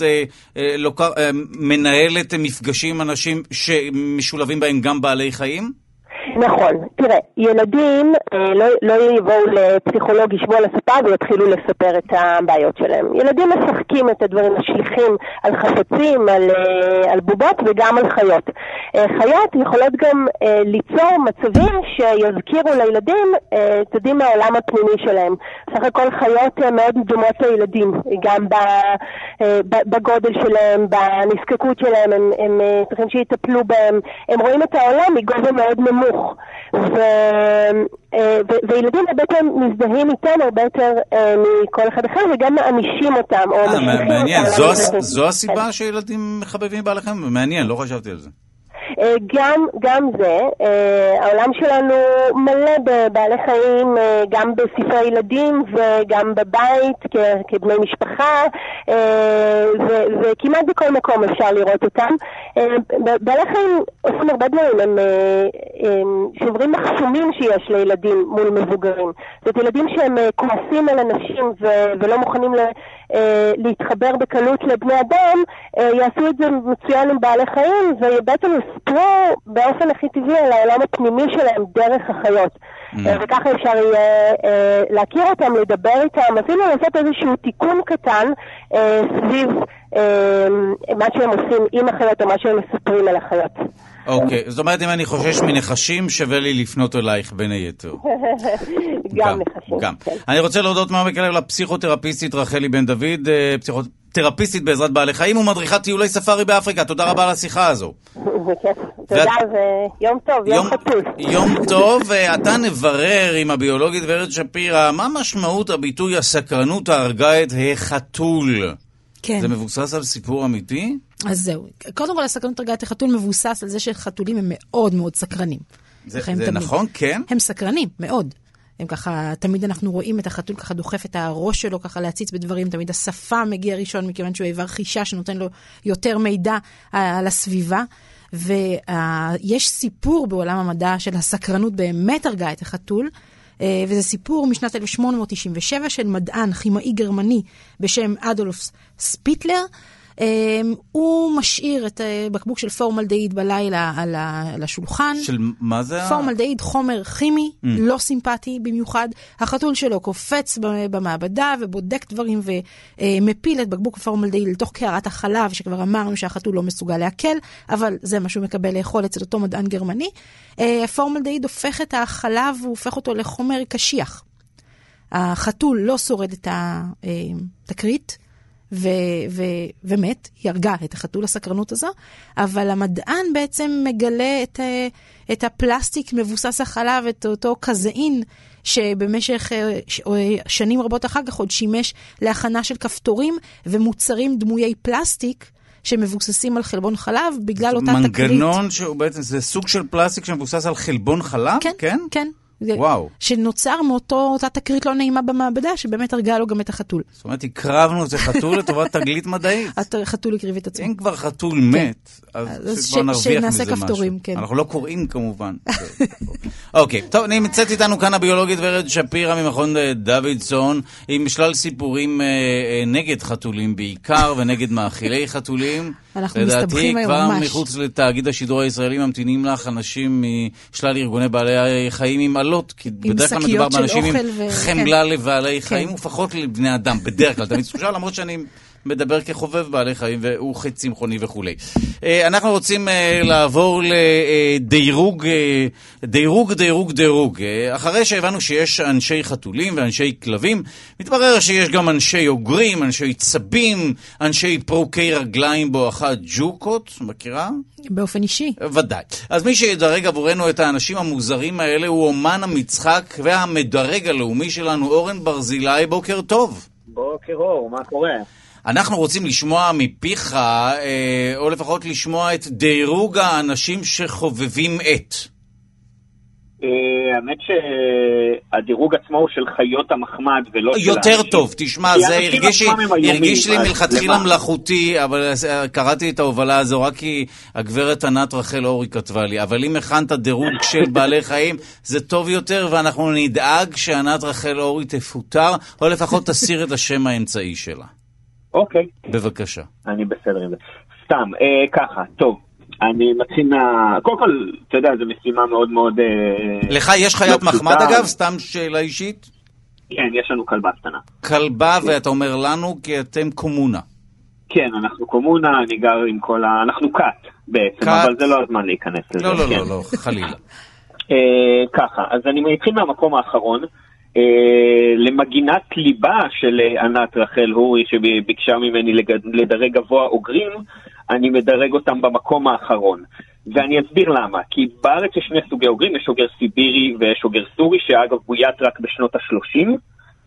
מנהלת מפגשים עם אנשים שמשולבים בהם גם בעלי חיים? נכון, תראה, ילדים אה, לא, לא יבואו לפסיכולוג, ישבו על הספה ויתחילו לספר את הבעיות שלהם. ילדים משחקים את הדברים, משליכים על חפצים, על, אה, על בובות וגם על חיות. אה, חיות יכולות גם אה, ליצור מצבים שיזכירו לילדים אה, תדעים מהעולם הפנימי שלהם. סך הכל חיות אה, מאוד דומות לילדים, גם ב, אה, בגודל שלהם, בנזקקות שלהם, הם, הם אה, צריכים שיטפלו בהם, הם רואים את העולם מגובה מאוד נמוך. וילדים בעצם מזדהים איתם הרבה יותר מכל אחד אחר, וגם מאנישים אותם או משליכים אותם. זו הסיבה שילדים מחבבים בעליכם? מעניין, לא חשבתי על זה. גם, גם זה, העולם שלנו מלא בבעלי חיים, גם בספרי ילדים וגם בבית כבני משפחה, וכמעט בכל מקום אפשר לראות אותם. בעלי חיים עושים הרבה דברים, הם שוברים מחסומים שיש לילדים מול מבוגרים. זאת ילדים שהם כועסים על אנשים ולא מוכנים להתחבר בקלות לבני אדם, יעשו את זה מצוין עם בעלי חיים, ובעצם יספרו באופן הכי טבעי על העולם הפנימי שלהם דרך החיות. וככה אפשר יהיה להכיר אותם, לדבר איתם, אפילו לעשות איזשהו תיקון קטן סביב מה שהם עושים עם החיות או מה שהם מספרים על החיות. אוקיי, זאת אומרת, אם אני חושש מנחשים, שווה לי לפנות אלייך בין היתר. גם נחשים. גם. אני רוצה להודות מעומק הלב לפסיכותרפיסטית רחלי בן דוד, פסיכותרפיסטית בעזרת בעלי חיים ומדריכת טיולי ספארי באפריקה. תודה רבה על השיחה הזו. תודה ויום טוב, יום חתול. יום טוב, ואתה נברר עם הביולוגית ורד שפירא, מה משמעות הביטוי הסקרנות הרגה את החתול? כן. זה מבוסס על סיפור אמיתי? אז זהו. קודם כל, הסקרנות הרגה את החתול מבוסס על זה שחתולים הם מאוד מאוד סקרנים. זה, זה נכון, כן? הם סקרנים, מאוד. הם ככה, תמיד אנחנו רואים את החתול ככה דוחף את הראש שלו ככה להציץ בדברים, תמיד השפה מגיע ראשון מכיוון שהוא איבר חישה שנותן לו יותר מידע על הסביבה, ויש סיפור בעולם המדע של הסקרנות באמת הרגה את החתול, וזה סיפור משנת אלף שמונה מאות תשעים ושבע של מדען כימאי גרמני בשם אדולף ספיטלר, הוא משאיר את בקבוק של פורמלדהיד בלילה על השולחן. של מה זה? פורמלדהיד, חומר כימי, לא סימפטי במיוחד. החתול שלו קופץ במעבדה ובודק דברים ומפיל את בקבוק הפורמלדהיד לתוך קערת החלב, שכבר אמרנו שהחתול לא מסוגל להקל, אבל זה מה שהוא מקבל לאכול אצל אותו מדען גרמני. הפורמלדהיד הופך את החלב, הוא הופך אותו לחומר קשיח. החתול לא שורד את התקרית, ו- ו- ומת, היא הרגה את החתול הסקרנות הזו, אבל המדען בעצם מגלה את, את הפלסטיק מבוסס החלב, את אותו קזאין, שבמשך שנים רבות אחר כך עוד שימש להכנה של כפתורים ומוצרים דמויי פלסטיק, שמבוססים על חלבון חלב, בגלל אותה תקרית. מנגנון שהוא בעצם, זה סוג של פלסטיק שמבוסס על חלבון חלב? כן, כן. כן. וואו. שנוצר מאותו, אותה תקרית לא נעימה במעבדה, שבאמת הרגה לו גם את החתול. זאת אומרת, הקרבנו את זה חתול לטובת תגלית מדעית. החתול הקריב את עצמו. אם כבר חתול מת, אז שכבר נרוויח מזה משהו. אנחנו לא קוראים כמובן. אוקיי, טוב, נמצאת איתנו כאן הביולוגית ורד שפירא ממכון דוידסון, עם שלל סיפורים נגד חתולים בעיקר, ונגד מאכילי חתולים. אנחנו מסתבכים היום ממש. לדעתי, כבר מחוץ לתאגיד השידור הישראלי ממתינים לך אנשים משלל ארגוני בעלי חיים עם עלות, כי בדרך כלל מדובר באנשים עם חמלה לבעלי חיים, ופחות לבני אדם, בדרך כלל. תמיד סושה, למרות שאני מדבר כחובב בעלי חיים, והוא חץ צמחוני וכו'. אנחנו רוצים לעבור לדירוג, דירוג, דירוג, דירוג. אחרי שהבנו שיש אנשי חתולים ואנשי כלבים, מתברר שיש גם אנשי אוגרים, אנשי צבים, אנשי פרוקי רגליים בואכת ג'וקות, מכירה? באופן אישי. ודאי. אז מי שידרג עבורנו את האנשים המוזרים האלה הוא אומן המצחק והמדרג הלאומי שלנו, אורן ברזילי. בוקר טוב. בוקר אור, מה קורה? אנחנו רוצים לשמוע מפיך, או לפחות לשמוע את דירוג האנשים שחובבים את. האמת שהדירוג עצמו הוא של חיות המחמד ולא של האנשים. יותר טוב, תשמע, זה הרגיש לי מלכתחילה מלאכותי, אבל קראתי את ההובלה הזו רק כי הגברת ענת רחל אורי כתבה לי, אבל אם הכנת דירוג של בעלי חיים, זה טוב יותר, ואנחנו נדאג שענת רחל אורי תפוטר, או לפחות תסיר את השם האמצעי שלה. אוקיי. בבקשה. אני בסדר עם זה. סתם, אה, ככה, טוב. אני מתחיל מה... קודם כל, אתה יודע, זו משימה מאוד מאוד... אה, לך יש חיית לא מחמד פשוטה. אגב? סתם שאלה אישית? כן, יש לנו כלבה קטנה. כלבה, כן. ואתה אומר לנו כי אתם קומונה. כן, אנחנו קומונה, אני גר עם כל ה... אנחנו קאט בעצם, קאט. אבל זה לא הזמן להיכנס לזה. לא, לא, כן. לא, לא, חלילה. אה, ככה, אז אני מתחיל מהמקום האחרון. למגינת ליבה של ענת רחל הורי שביקשה ממני לדרג גבוה אוגרים, אני מדרג אותם במקום האחרון, ואני אסביר למה. כי בארץ יש שני סוגי אוגרים, יש אוגר סיבירי ויש אוגר סורי, שאגב בוית רק בשנות ה-שלושים,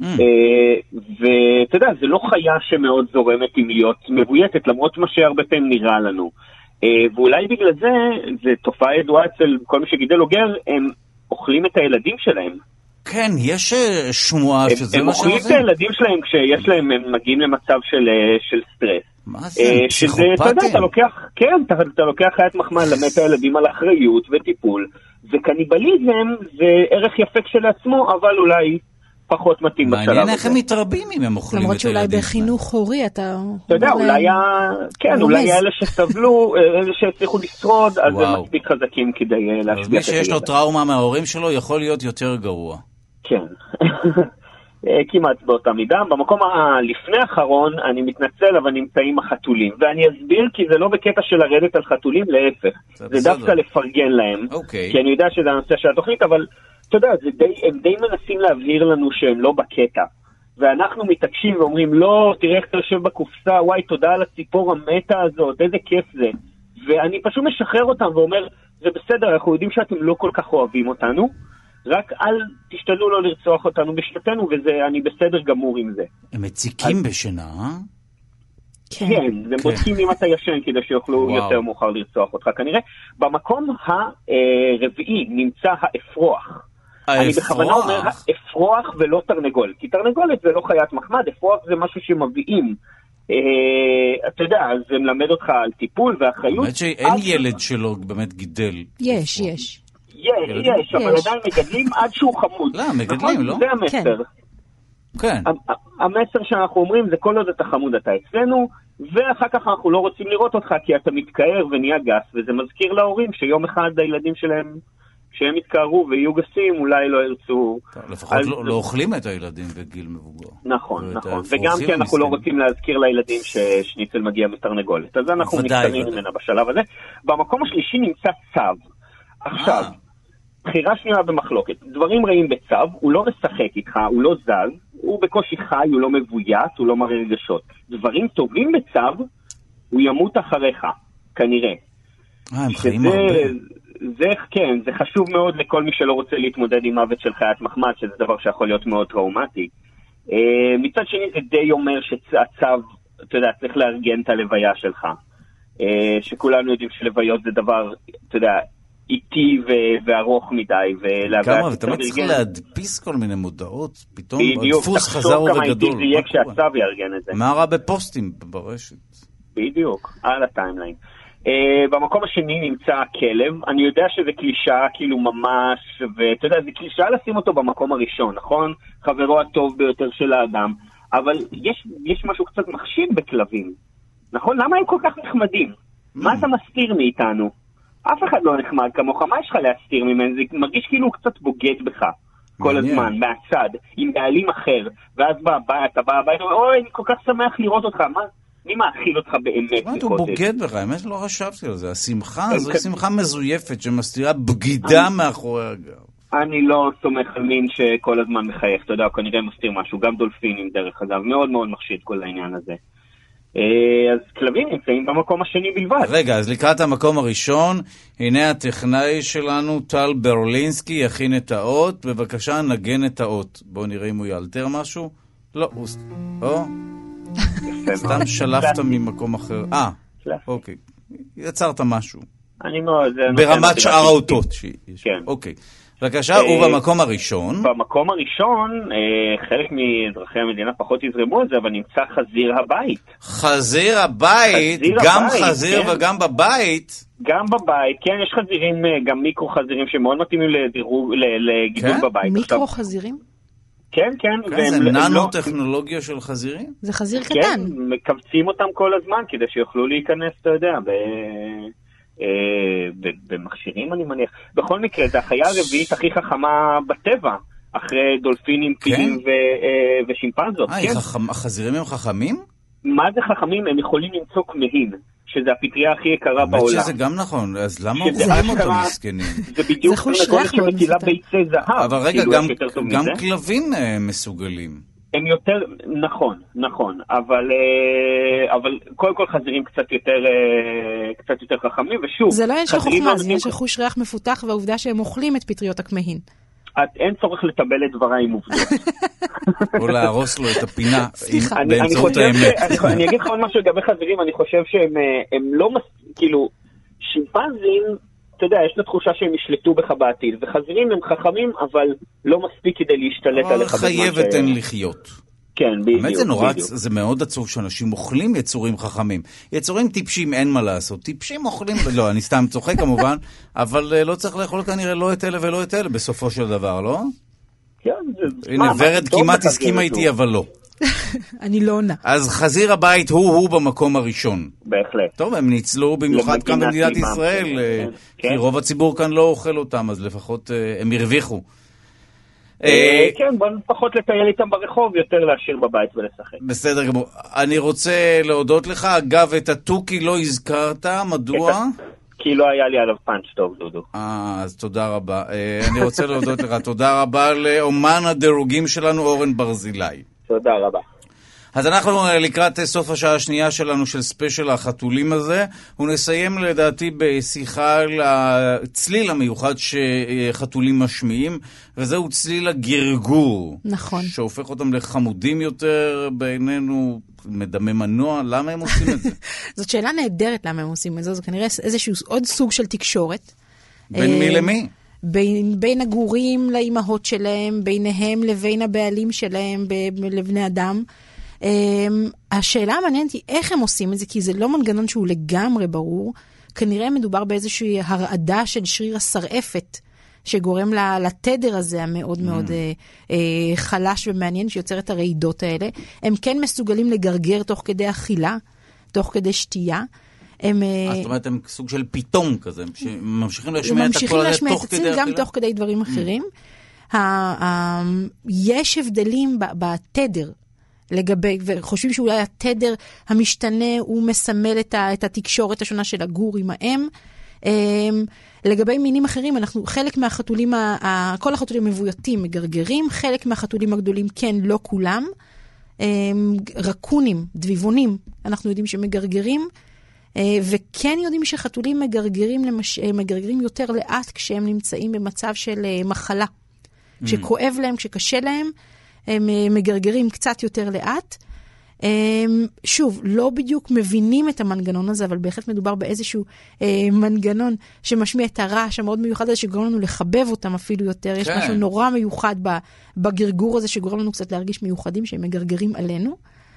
ואתה יודע, זה לא חיה שמאוד זורמת עם להיות מבויתת, למרות מה שהרבה פעמים נראה לנו, ואולי בגלל זה, זה תופעה ידועה אצל כל מי שגידל אוגר, הם אוכלים את הילדים שלהם. כן, יש שמועה שזה מה שעושים. הם אוכלים את הילדים שלהם כשיש להם, הם מגיעים למצב של סטרס. מה זה? פסיכופתים? אתה יודע, אתה לוקח, כן, אתה לוקח חיית מחמד, למד את הילדים על אחריות וטיפול, וקניבליזם זה ערך יפה כשלעצמו, אבל אולי פחות מתאים בשלב הזה. מעניין איך הם מתרבים אם הם אוכלים את הילדים. למרות שאולי בחינוך הורי אתה... אתה יודע, אולי, כן, אולי אלה שסבלו, אלה שהצליחו לשרוד, אז הם מספיק חזקים כדי להשביע את הילדים. מי שיש לו טראומה מההורים שלו יכול להיות יותר גרוע. כן. כמעט באותה מידה. במקום הלפני האחרון, אני מתנצל, אבל נמצאים החתולים. ואני אסביר כי זה לא בקטע של לרדת על חתולים, להפך. זה דווקא לפרגן להם. כי אני יודע שזה הנושא של התוכנית, אבל אתה יודע, הם די מנסים להבהיר לנו שהם לא בקטע. ואנחנו מתעקשים ואומרים, לא, תראה איך אתה יושב בקופסה, וואי, תודה על הציפור המתה הזאת, איזה כיף זה. ואני פשוט משחרר אותם ואומר, זה בסדר, אנחנו יודעים שאתם לא כל כך אוהבים אותנו, רק אל תשתדלו לא לרצוח אותנו בשנתנו, ואני בסדר גמור עם זה. הם מציקים בשינה, אה? כן, הם בודקים אם אתה ישן כדי שיוכלו יותר מאוחר לרצוח אותך. כנראה, במקום הרביעי נמצא האפרוח. אני בכוונה אומר אפרוח ולא תרנגול, כי תרנגולת זה לא חיית מחמד, אפרוח זה משהו שמביאים. אתה יודע, זה מלמד אותך על טיפול ואחריות. באמת שאין ילד שלו באמת גידל. יש, יש. יש, יש, אבל עדיין מגדלים עד שהוא חמוד. לא, מגדלים, לא? זה המסר. כן. המסר שאנחנו אומרים זה כל עוד אתה חמוד אתה אצלנו, ואחר כך אנחנו לא רוצים לראות אותך כי אתה מתקער ונהיה גס, וזה מזכיר להורים שיום אחד הילדים שלהם, כשהם יתקערו ויהיו גסים, אולי לא ירצו. לפחות לא אוכלים את הילדים בגיל מבוגר. נכון, נכון. וגם כי אנחנו לא רוצים להזכיר לילדים ששניצל מגיע מתרנגולת. אז אנחנו נקטרים ממנה בשלב הזה. במקום השלישי נמצא צו. עכשיו, בחירה שנייה במחלוקת. דברים רעים בצו, הוא לא משחק איתך, הוא לא זז, הוא בקושי חי, הוא לא מבוית, הוא לא מראה רגשות. דברים טובים בצו, הוא ימות אחריך, כנראה. אה, הם חיים הרבה. זה, כן, זה חשוב מאוד לכל מי שלא רוצה להתמודד עם מוות של חיית מחמד, שזה דבר שיכול להיות מאוד טראומטי. מצד שני, זה די אומר שהצו, אתה יודע, צריך לארגן את הלוויה שלך. שכולנו יודעים שלוויות זה דבר, אתה יודע, איטי וארוך מדי. כמה, ואתה צריך להדפיס כל מיני מודעות, פתאום הדפוס חזר וגדול. בדיוק, תחשוב כמה איטי זה יהיה כשהצו יארגן את זה. מה רע בפוסטים ברשת? בדיוק, על הטיימליין. במקום השני נמצא הכלב. אני יודע שזה קלישה כאילו ממש, ואתה יודע, זה קלישה לשים אותו במקום הראשון, נכון? חברו הטוב ביותר של האדם. אבל יש, יש משהו קצת מחשיד בכלבים. נכון? למה הם כל כך נחמדים? מה אתה מסתיר מאיתנו? אף אחד לא נחמד כמוך, מה יש לך להסתיר ממנו? זה מרגיש כאילו הוא קצת בוגד בך כל הזמן, מהצד, עם בעלים אחר, ואז בא, בא, אתה בא הבית, אוי, אני כל כך שמח לראות אותך, מה? מי מאכיל אותך באמת? הוא בוגד בך, האמת לא חשבתי על זה, השמחה, זו שמחה מזויפת שמסתירה בגידה מאחורי הגב. אני לא סומך על מין שכל הזמן מחייך, אתה יודע, הוא כנראה מסתיר משהו, גם דולפינים דרך אגב, מאוד מאוד מחשיד כל העניין הזה. אז כלבים נמצאים במקום השני בלבד. רגע, אז לקראת המקום הראשון, הנה הטכנאי שלנו, טל ברלינסקי, יכין את האות, בבקשה נגן את האות. בואו נראה אם הוא יאלתר משהו. לא, הוא... או, סתם שלפת ממקום אחר. אה, אוקיי. יצרת משהו. אני מאוד... ברמת שאר האותות. כן. אוקיי. בבקשה, ובמקום הראשון? במקום הראשון, חלק מאזרחי המדינה פחות יזרמו את זה, אבל נמצא חזיר הבית. חזיר הבית? גם חזיר וגם בבית? גם בבית, כן, יש חזירים, גם מיקרו חזירים שמאוד מתאימים לגידול בבית. מיקרו חזירים? כן, כן. זה ננו-טכנולוגיה של חזירים? זה חזיר קטן. כן, מקבצים אותם כל הזמן, כדי שיוכלו להיכנס, אתה יודע, ב... במכשירים אני מניח. בכל מקרה, זה החיה הרביעית הכי חכמה בטבע, אחרי דולפינים, פילים ושימפנזות. החזירים הם חכמים? מה זה חכמים? הם יכולים למצוא כמהין, שזה הפטריה הכי יקרה בעולם. האמת שזה גם נכון, אז למה אוכלים אותו מסכנים? זה בדיוק תרנגולת שמטילה ביצי זהב. אבל רגע, גם כלבים מסוגלים. הם יותר, נכון, נכון, אבל, אבל קודם כל חזירים קצת יותר, קצת יותר חכמים, ושוב... זה לא יש לך חוכמה, זה יש חוש ריח מפותח, והעובדה שהם אוכלים את פטריות הכמהין. אין צורך לטבל את דבריי עם עובדות. או להרוס לו את הפינה באמצעות האמת. אני אגיד לך עוד משהו לגבי חזירים, אני חושב שהם לא, כאילו, שימפנזים, אתה יודע, יש לה תחושה שהם ישלטו בך בעתיד, וחזירים הם חכמים, אבל לא מספיק כדי להשתלט עליך. אבל חייבת הן לחיות. כן, בדיוק. באמת זה נורא, זה מאוד עצוב שאנשים אוכלים יצורים חכמים. יצורים טיפשים אין מה לעשות. טיפשים אוכלים, לא, אני סתם צוחק כמובן, אבל לא צריך לאכול כנראה לא את אלה ולא את אלה בסופו של דבר, לא? כן. הנה, ורד כמעט הסכימה איתי, אבל לא. אני לא עונה. אז חזיר הבית הוא-הוא במקום הראשון. בהחלט. טוב, הם ניצלו במיוחד כאן במדינת ישראל, כי רוב הציבור כאן לא אוכל אותם, אז לפחות הם הרוויחו. כן, בוא פחות לטייל איתם ברחוב, יותר להשאיר בבית ולשחק. בסדר גמור. אני רוצה להודות לך. אגב, את הטוקי לא הזכרת, מדוע? כי לא היה לי עליו פאנץ' טוב, דודו. אה, אז תודה רבה. אני רוצה להודות לך. תודה רבה לאומן הדירוגים שלנו, אורן ברזילי. תודה רבה. אז אנחנו לקראת סוף השעה השנייה שלנו של ספיישל החתולים הזה, ונסיים לדעתי בשיחה על הצליל המיוחד שחתולים משמיעים, וזהו צליל הגרגור. נכון. שהופך אותם לחמודים יותר בעינינו, מדמה מנוע. למה הם עושים את זה? זאת שאלה נהדרת למה הם עושים את זה, זה כנראה איזשהו עוד סוג של תקשורת. בין מי למי? בין, בין הגורים לאימהות שלהם, ביניהם לבין הבעלים שלהם, לבני אדם. Um, השאלה המעניינת היא איך הם עושים את זה, כי זה לא מנגנון שהוא לגמרי ברור. כנראה מדובר באיזושהי הרעדה של שריר השרעפת, שגורם לתדר הזה המאוד מאוד uh, uh, חלש ומעניין, שיוצר את הרעידות האלה. הם כן מסוגלים לגרגר תוך כדי אכילה, תוך כדי שתייה. הם... זאת אומרת, הם סוג של פתאום כזה, שממשיכים להשמיע את הקול הזה תוך כדי אכילה? גם תוך כדי דברים אחרים. יש הבדלים בתדר, לגבי, וחושבים שאולי התדר המשתנה הוא מסמל את, ה, את התקשורת השונה של הגור עם האם. לגבי מינים אחרים, אנחנו, חלק מהחתולים, ה, כל החתולים מבויתים מגרגרים, חלק מהחתולים הגדולים כן, לא כולם. רקונים, דביבונים, אנחנו יודעים שמגרגרים, וכן יודעים שחתולים מגרגרים, למש... מגרגרים יותר לאט כשהם נמצאים במצב של מחלה. כשכואב להם, כשקשה להם, הם מגרגרים קצת יותר לאט. שוב, לא בדיוק מבינים את המנגנון הזה, אבל בהחלט מדובר באיזשהו מנגנון שמשמיע את הרעש המאוד מיוחד הזה, שגורם לנו לחבב אותם אפילו יותר. יש משהו נורא מיוחד בגרגור הזה, שגורם לנו קצת להרגיש מיוחדים, שהם מגרגרים עלינו.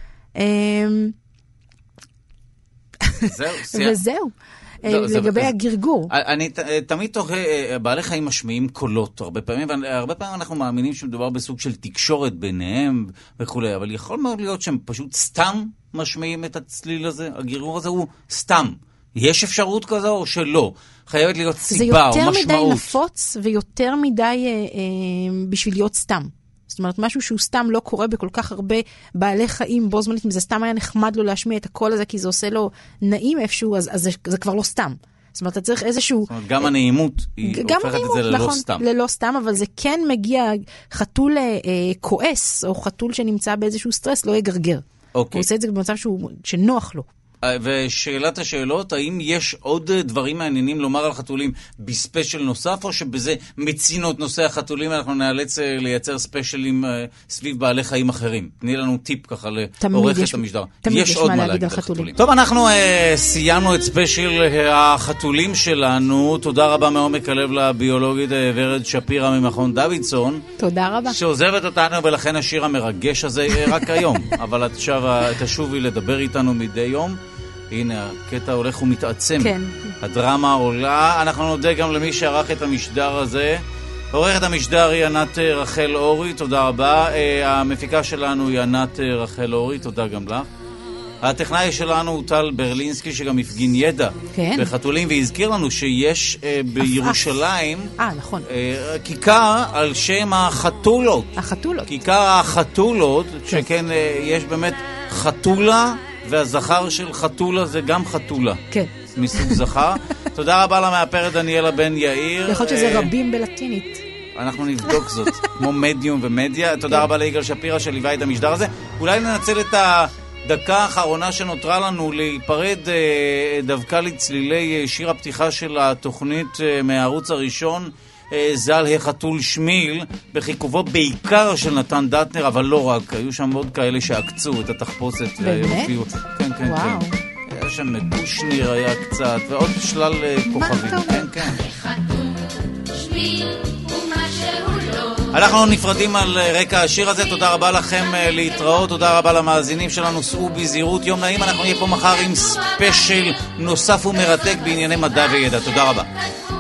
וזהו. לגבי הגרגור. אני תמיד תוהה, בעלי חיים משמיעים קולות הרבה פעמים, והרבה פעמים אנחנו מאמינים שמדובר בסוג של תקשורת ביניהם וכו', אבל יכול מאוד להיות שהם פשוט סתם משמיעים את הצליל הזה, הגרגור הזה הוא סתם. יש אפשרות כזו או שלא? חייבת להיות סיבה או משמעות. זה יותר מדי נפוץ ויותר מדי בשביל להיות סתם. זאת אומרת, משהו שהוא סתם לא קורה בכל כך הרבה בעלי חיים בו זמנית, אם זה סתם היה נחמד לו להשמיע את הקול הזה, כי זה עושה לו נעים איפשהו, אז, אז זה, זה כבר לא סתם. זאת אומרת, אתה צריך איזשהו... זאת אומרת, גם הנעימות היא הופכת הנעימות, את זה ללא נכון, סתם. ללא סתם, אבל זה כן מגיע, חתול אה, כועס, או חתול שנמצא באיזשהו סטרס, לא יגרגר. אוקיי. הוא עושה את זה במצב שהוא, שנוח לו. ושאלת השאלות, האם יש עוד דברים מעניינים לומר על חתולים בספיישל נוסף, או שבזה מצינו את נושא החתולים, אנחנו נאלץ לייצר ספיישלים סביב בעלי חיים אחרים? תני לנו טיפ ככה לעורכת המשדר. תמיד יש מה להגיד על חתולים. טוב, אנחנו סיימנו את ספיישל החתולים שלנו. תודה רבה מעומק הלב לביולוגית ורד שפירא ממכון דוידסון. תודה רבה. שעוזבת אותנו, ולכן השיר המרגש הזה רק היום. אבל את תשובי לדבר איתנו מדי יום. הנה, הקטע הולך ומתעצם. כן. הדרמה עולה. אנחנו נודה גם למי שערך את המשדר הזה. עורכת המשדר היא ענת רחל אורי, תודה רבה. המפיקה שלנו היא ענת רחל אורי, תודה גם לך. הטכנאי שלנו הוא טל ברלינסקי, שגם הפגין ידע כן. בחתולים, והזכיר לנו שיש בירושלים אה, נכון. כיכר על שם החתולות. החתולות. כיכר החתולות, כן. שכן יש באמת חתולה, והזכר של חתולה זה גם חתולה. כן. מסוג זכר. תודה רבה למאפרת דניאלה בן יאיר. יכול להיות שזה רבים בלטינית. אנחנו נבדוק זאת, כמו מדיום ומדיה. תודה רבה ליגאל שפירא שליווה את המשדר הזה. אולי ננצל את הדקה האחרונה שנותרה לנו להיפרד דווקא לצלילי שיר הפתיחה של התוכנית מהערוץ הראשון, זל החתול שמיל, בחיכובו בעיקר של נתן דטנר, אבל לא רק, היו שם עוד כאלה שעקצו את התחפושת. באמת? כן, כן, וואו. כן. היה שם מקושניר היה קצת, ועוד שלל כוכבים. כן, כן. אנחנו נפרדים על רקע השיר הזה. תודה רבה לכם להתראות, תודה רבה למאזינים שלנו. סעו בזהירות, יום נעים. אנחנו נהיה פה מחר עם ספיישל נוסף ומרתק בענייני מדע וידע. תודה רבה.